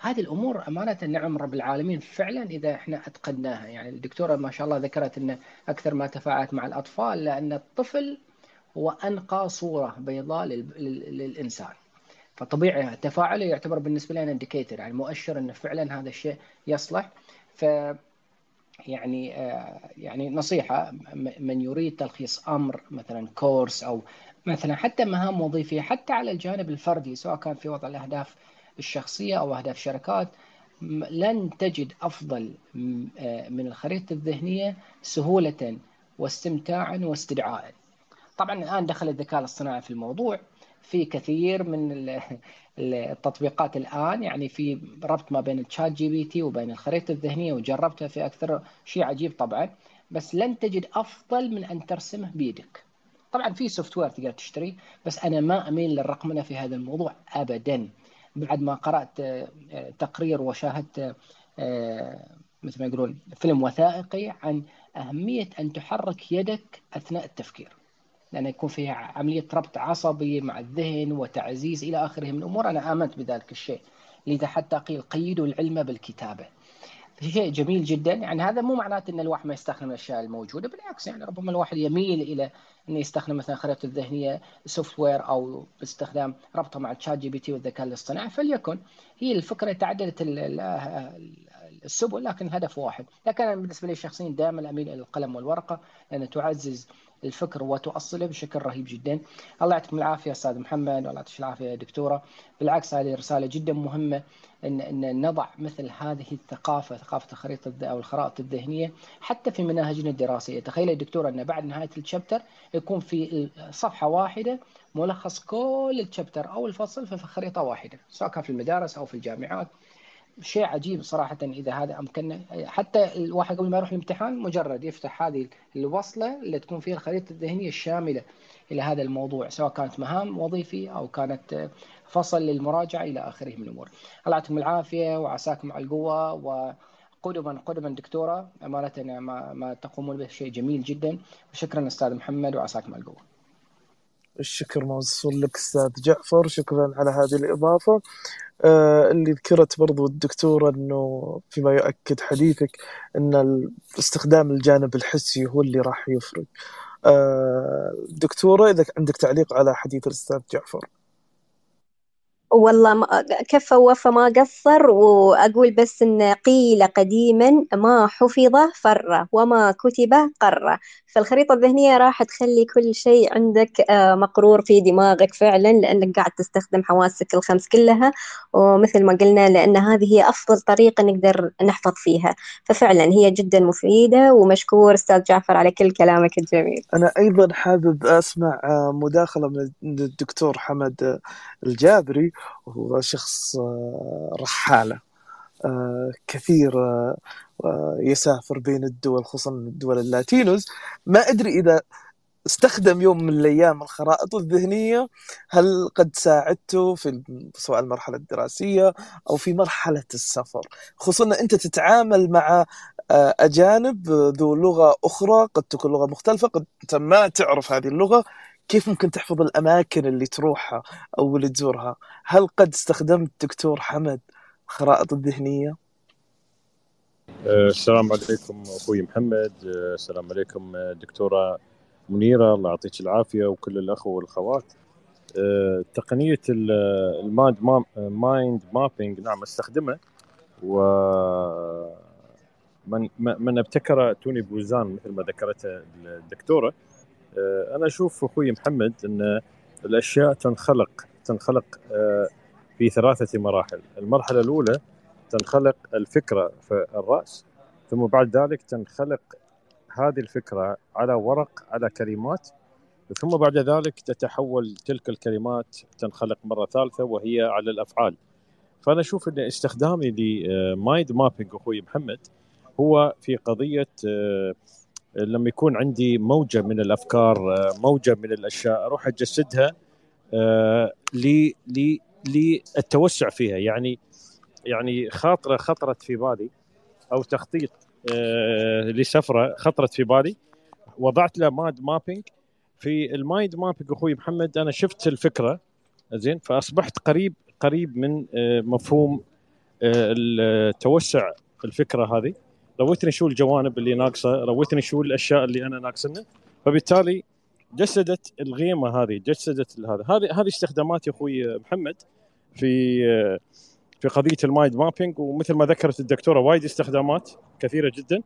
هذه الأمور أمانة نعم رب العالمين فعلا إذا إحنا أتقناها. يعني الدكتورة ما شاء الله ذكرت أن أكثر ما تفاعلت مع الأطفال لأن الطفل هو أنقى صورة بيضاء للإنسان، فطبيعي تفاعله يعتبر بالنسبة لنا انديكيتور، يعني مؤشر أن فعلا هذا الشيء يصلح. ف يعني يعني نصيحة من يريد تلخيص أمر مثلا كورس أو مثلا حتى مهام وظيفية حتى على الجانب الفردي سواء كان في وضع الأهداف الشخصية أو أهداف شركات، لن تجد أفضل من الخريطة الذهنية سهولة واستمتاعا واستدعاء. طبعا الآن دخل الذكاء الاصطناعي في الموضوع، في كثير من التطبيقات الآن يعني في ربط ما بين الشات جي بي تي وبين الخريطة الذهنية، وجربتها في أكثر شيء عجيب طبعا، بس لن تجد أفضل من أن ترسمه بيدك. طبعا في سوفت وير تقدر تشتري، بس أنا ما أميل للرقمنة في هذا الموضوع أبدا. بعد ما قرأت تقرير وشاهدت مثل ما يقولون فيلم وثائقي عن أهمية أن تحرك يدك أثناء التفكير، لأن يكون فيها عملية ربط عصبي مع الذهن وتعزيز إلى آخره من الأمور. أنا آمنت بذلك الشيء، لذا حتى قيل قيدوا العلم بالكتابة. شيء جميل جدا. يعني هذا مو معناته أن الواحد ما يستخدم الأشياء الموجودة، بالعكس يعني ربما الواحد يميل إلى أن يستخدم مثلا خريطة الذهنية سوفت وير أو باستخدام ربطه مع الشات جي بي تي والذكاء الاصطناعي، فليكن. هي الفكرة تعددت السبل لكن الهدف واحد. لكن أنا بالنسبة لي شخصيا دائما أميل إلى القلم والورقة لأنها تعزز الفكر وتؤصله بشكل رهيب جدا. الله يعطيكم العافية أستاذ محمد، والله يعطيك العافية يا دكتورة. بالعكس هذه رسالة جدا مهمة إن إن نضع مثل هذه الثقافة، ثقافة الخريطة أو الخرائط الذهنية حتى في مناهجنا الدراسية. تخيل يا دكتورة أن بعد نهاية الشابتر يكون في صفحة واحدة ملخص كل الشابتر أو الفصل في خريطة واحدة، سواء كان في المدارس أو في الجامعات. شيء عجيب صراحة إذا هذا أمكننا. حتى الواحد قبل ما يروح الامتحان مجرد يفتح هذه الوصلة اللي تكون فيها الخريطة الذهنية الشاملة إلى هذا الموضوع، سواء كانت مهام وظيفية أو كانت فصل للمراجعة إلى آخره من الأمور. الله يعطيكم العافية وعساكم على القوة. وقدما قدما دكتورة، أمانة ما, ما تقومون به شيء جميل جدا. وشكرا أستاذ محمد وعساكم على القوة. الشكر موصول لك أستاذ جعفر، شكرا على هذه الإضافة. آه اللي ذكرت برضو الدكتورة أنه فيما يؤكد حديثك أن استخدام الجانب الحسي هو اللي راح يفرق. آه دكتورة إذا عندك تعليق على حديث الأستاذ جعفر. والله ما كفى وفى ما قصر، وأقول بس إن قيل قديما ما حفظ فر وما كتب قر. فالخريطة الذهنية راح تخلي كل شيء عندك مقرور في دماغك فعلا، لأنك قاعد تستخدم حواسك الخمس كلها، ومثل ما قلنا لأن هذه هي أفضل طريقة نقدر نحفظ فيها. ففعلا هي جدا مفيدة، ومشكور أستاذ جعفر على كل كلامك الجميل. أنا أيضا حابب أسمع مداخلة من الدكتور حمد الجابري، وهو شخص رحالة كثير يسافر بين الدول خصوصا الدول اللاتينوز. ما أدري إذا استخدم يوم من الأيام الخرائط الذهنية، هل قد ساعدته في سواء المرحلة الدراسية أو في مرحلة السفر، خصوصا أنت تتعامل مع أجانب ذو لغة أخرى قد تكون لغة مختلفة، قد أنت ما تعرف هذه اللغة، كيف ممكن تحفظ الأماكن اللي تروحها أو اللي تزورها؟ هل قد استخدمت دكتور حمد الخرائط الذهنية؟ السلام عليكم أخوي محمد، السلام عليكم دكتورة منيرة، الله يعطيك العافية، وكل الأخوة والأخوات. تقنية المايند مايند مابينج نعم استخدمه، ومن من ابتكر توني بوزان مثل ما ذكرت الدكتورة. أنا أشوف أخوي محمد أن الأشياء تنخلق تنخلق في ثلاثة مراحل. المرحلة الأولى تنخلق الفكرة في الرأس، ثم بعد ذلك تنخلق هذه الفكرة على ورق على كلمات، ثم بعد ذلك تتحول تلك الكلمات تنخلق مرة ثالثة وهي على الأفعال. فأنا أشوف أن استخدامي لمايند مابينج أخوي محمد هو في قضية لما يكون عندي موجة من الأفكار، موجة من الأشياء، أروح أجسدها للتوسع فيها. يعني يعني خاطرة خطرت في بالي أو تخطيط لسفرة خطرت في بالي، وضعت له مايند مابينج. في المايند مابينج أخوي محمد أنا شفت الفكرة زين، فأصبحت قريب قريب من مفهوم توسع الفكرة هذه، روتني شو الجوانب اللي ناقصة، روتني شو الأشياء اللي أنا ناقصنها، فبالتالي جسدت القيمة هذه، جسدت هذا هذه هذه استخدامات يا أخوي محمد في في قضية المايند مابينج. ومثل ما ذكرت الدكتورة وايد استخدامات كثيرة جدا،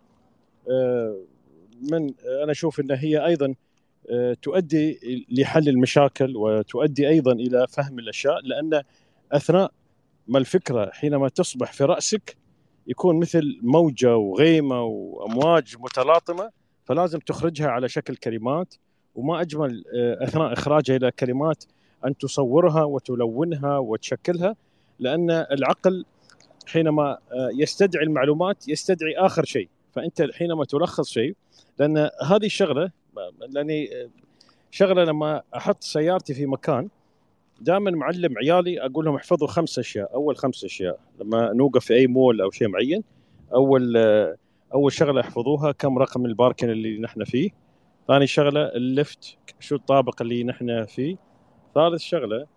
من أنا أشوف أن هي أيضا تؤدي لحل المشاكل وتؤدي أيضا إلى فهم الأشياء، لأن أثناء ما الفكرة حينما تصبح في رأسك يكون مثل موجة وغيمة وأمواج متلاطمة، فلازم تخرجها على شكل كلمات، وما أجمل أثناء إخراجها إلى كلمات أن تصورها وتلونها وتشكلها، لأن العقل حينما يستدعي المعلومات يستدعي آخر شيء، فأنت حينما تلخص شيء، لأن هذه الشغلة لأني شغلة لما أحط سيارتي في مكان دائما معلم عيالي أقول لهم احفظوا خمس أشياء. أول خمس أشياء لما نوقف في أي مول أو شيء معين، أول أول شغلة احفظوها كم رقم الباركن اللي نحن فيه، ثاني شغلة الليفت شو الطابق اللي نحن فيه، ثالث شغلة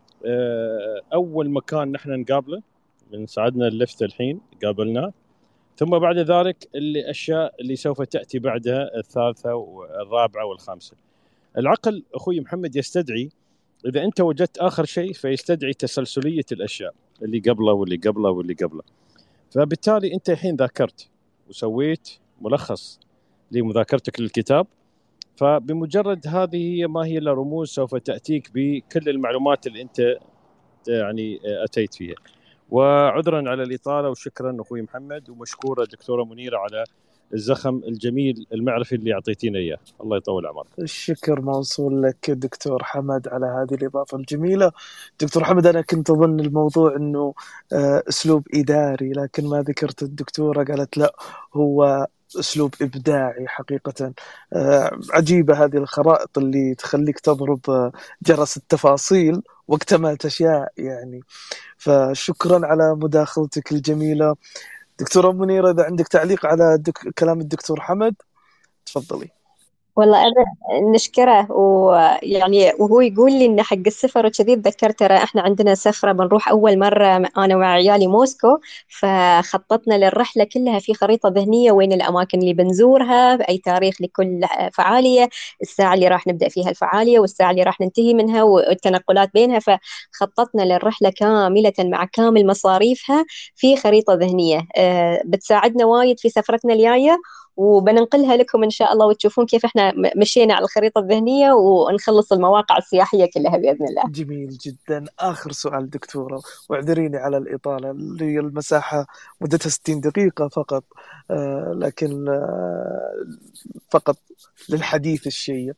أول مكان نحن نقابله من ساعدنا الليفت الحين قابلناه، ثم بعد ذلك الأشياء اللي سوف تأتي بعدها الثالثة والرابعة والخامسة. العقل أخوي محمد يستدعي، إذا أنت وجدت آخر شيء فيستدعي تسلسلية الأشياء اللي قبله واللي قبله واللي قبله، فبالتالي أنت الحين ذاكرت وسويت ملخص لمذاكرتك للكتاب، فبمجرد هذه هي ما هي إلا رموز سوف تأتيك بكل المعلومات اللي أنت يعني أتيت فيها. وعذرا على الإطالة، وشكرا أخوي محمد، ومشكورة دكتورة منيرة على الزخم الجميل المعرفي اللي أعطيتينا إياه، الله يطول عمرك. الشكر موصول لك دكتور حمد على هذه الإضافة الجميلة. دكتور حمد، أنا كنت أظن الموضوع أنه أسلوب إداري، لكن ما ذكرت الدكتورة قالت لا، هو أسلوب إبداعي حقيقة. عجيبة هذه الخرائط اللي تخليك تضرب جرس التفاصيل وقت ما تشاء يعني. فشكرا على مداخلتك الجميلة. دكتورة منيرة، إذا عندك تعليق على دك... كلام الدكتور حمد تفضلي. والله أنا نشكره، ويعني وهو يقول لي إن حق السفر وكذي تذكرت ترى إحنا عندنا سفرة بنروح أول مرة أنا ومع عيالي موسكو، فخططنا للرحلة كلها في خريطة ذهنية وين الأماكن اللي بنزورها بأي تاريخ لكل فعالية، الساعة اللي راح نبدأ فيها الفعالية والساعة اللي راح ننتهي منها والتنقلات بينها، فخططنا للرحلة كاملة مع كامل مصاريفها في خريطة ذهنية بتساعدنا وايد في سفرتنا الجاية، وبننقلها لكم إن شاء الله وتشوفون كيف إحنا مشينا على الخريطة الذهنية ونخلص المواقع السياحية كلها بإذن الله. جميل جدا. آخر سؤال دكتورة، واعذريني على الإطالة، اللي المساحة مدتها ستين دقيقة فقط، آه لكن آه فقط للحديث الشيق.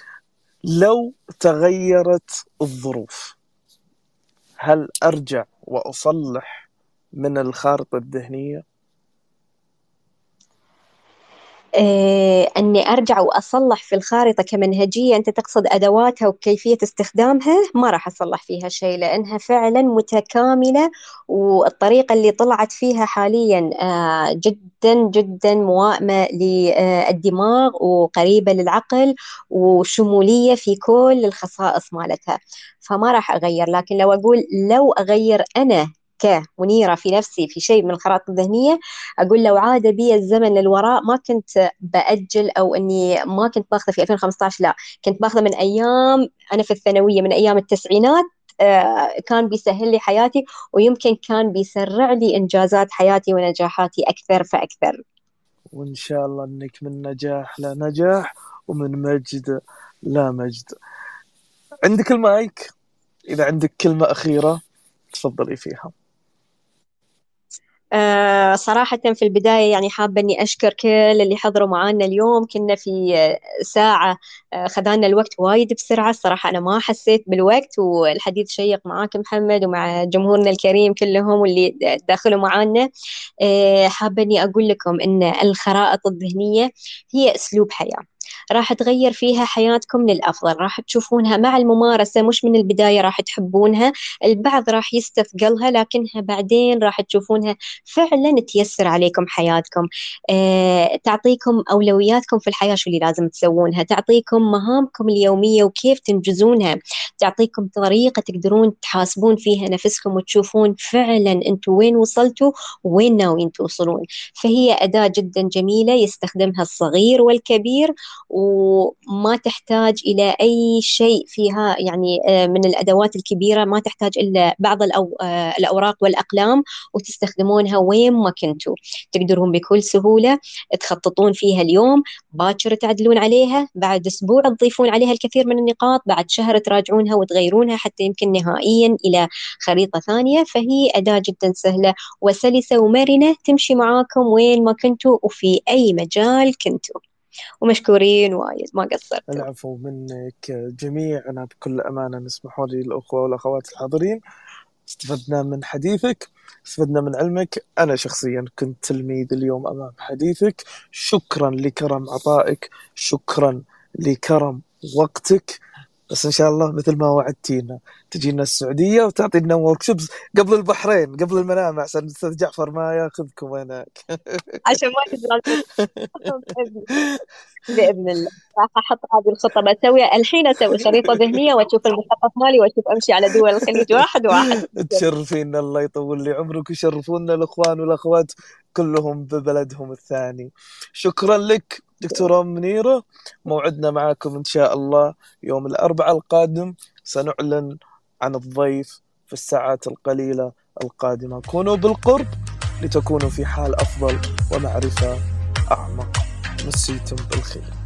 لو تغيرت الظروف هل أرجع وأصلح من الخارطة الذهنية؟ إيه، أني أرجع وأصلح في الخارطة كمنهجية، أنت تقصد أدواتها وكيفية استخدامها؟ ما راح أصلح فيها شيء لأنها فعلا متكاملة، والطريقة اللي طلعت فيها حاليا آه جدا جدا موائمة للدماغ وقريبة للعقل وشمولية في كل الخصائص مالتها، فما راح أغير. لكن لو أقول لو أغير أنا كمنيرة في نفسي في شيء من الخرائط الذهنية، أقول لو عاد بي الزمن للوراء ما كنت بأجل، أو أني ما كنت باخذه في ألفين وخمسة عشر، لا كنت باخذه من أيام أنا في الثانوية، من أيام التسعينات. آه كان بيسهل لي حياتي، ويمكن كان بيسرع لي إنجازات حياتي ونجاحاتي أكثر فأكثر. وإن شاء الله أنك من نجاح لا نجاح ومن مجد لا مجد. عندك المايك، إذا عندك كلمة أخيرة تفضلي فيها. آه صراحة في البداية يعني حابة أني أشكر كل اللي حضروا معانا اليوم. كنا في ساعة آه خذانا الوقت وايد بسرعة، الصراحة أنا ما حسيت بالوقت، والحديث شيق معاك محمد ومع جمهورنا الكريم كلهم واللي داخلوا معانا. آه حابة أني أقول لكم أن الخرائط الذهنية هي أسلوب حياة، راح تغير فيها حياتكم للأفضل. راح تشوفونها مع الممارسة، مش من البداية راح تحبونها، البعض راح يستثقلها، لكنها بعدين راح تشوفونها فعلا تيسر عليكم حياتكم. أه تعطيكم أولوياتكم في الحياة، شو اللي لازم تسوونها، تعطيكم مهامكم اليومية وكيف تنجزونها، تعطيكم طريقة تقدرون تحاسبون فيها نفسكم وتشوفون فعلا أنتم وين وصلتوا وين ناويين توصلون. فهي أداة جدا جميلة يستخدمها الصغير والكبير، وما تحتاج إلى أي شيء فيها، يعني من الأدوات الكبيرة ما تحتاج إلا بعض الأو... الأوراق والأقلام، وتستخدمونها وين ما كنتوا. تقدرون بكل سهولة تخططون فيها اليوم، باكر تعدلون عليها، بعد أسبوع تضيفون عليها الكثير من النقاط، بعد شهر تراجعونها وتغيرونها حتى يمكن نهائيا إلى خريطة ثانية. فهي أداة جدا سهلة وسلسة ومرنة تمشي معاكم وين ما كنتوا وفي أي مجال كنتوا. ومشكورين وايد، ما قصرتوا. العفو منك. جميعنا بكل أمانة نسمحوا لي الأخوة والأخوات الحاضرين، استفدنا من حديثك، استفدنا من علمك. أنا شخصيا كنت تلميذ اليوم أمام حديثك. شكرا لكرم عطائك، شكرا لكرم وقتك. بس إن شاء الله مثل ما وعدتينا تجينا السعودية وتعطينا وركشوبس قبل البحرين، قبل المنام، عشان الأستاذ جعفر ما ياخذكم هناك. عشان ما تزعل. بإذن الله راح أحط هذه الخطة، بسوي الحين، أسوي خريطة ذهنية وأشوف المخطط مالي وأشوف أمشي على دول الخليج واحد واحد. تشرفين، الله يطول لي عمرك، ويشرفونا الأخوان والأخوات كلهم ببلدهم الثاني. شكرا لك دكتورة منيرة. موعدنا معكم إن شاء الله يوم الأربعاء القادم، سنعلن عن الضيف في الساعات القليلة القادمة. كونوا بالقرب لتكونوا في حال أفضل ومعرفة أعمق. مسيتم بالخير.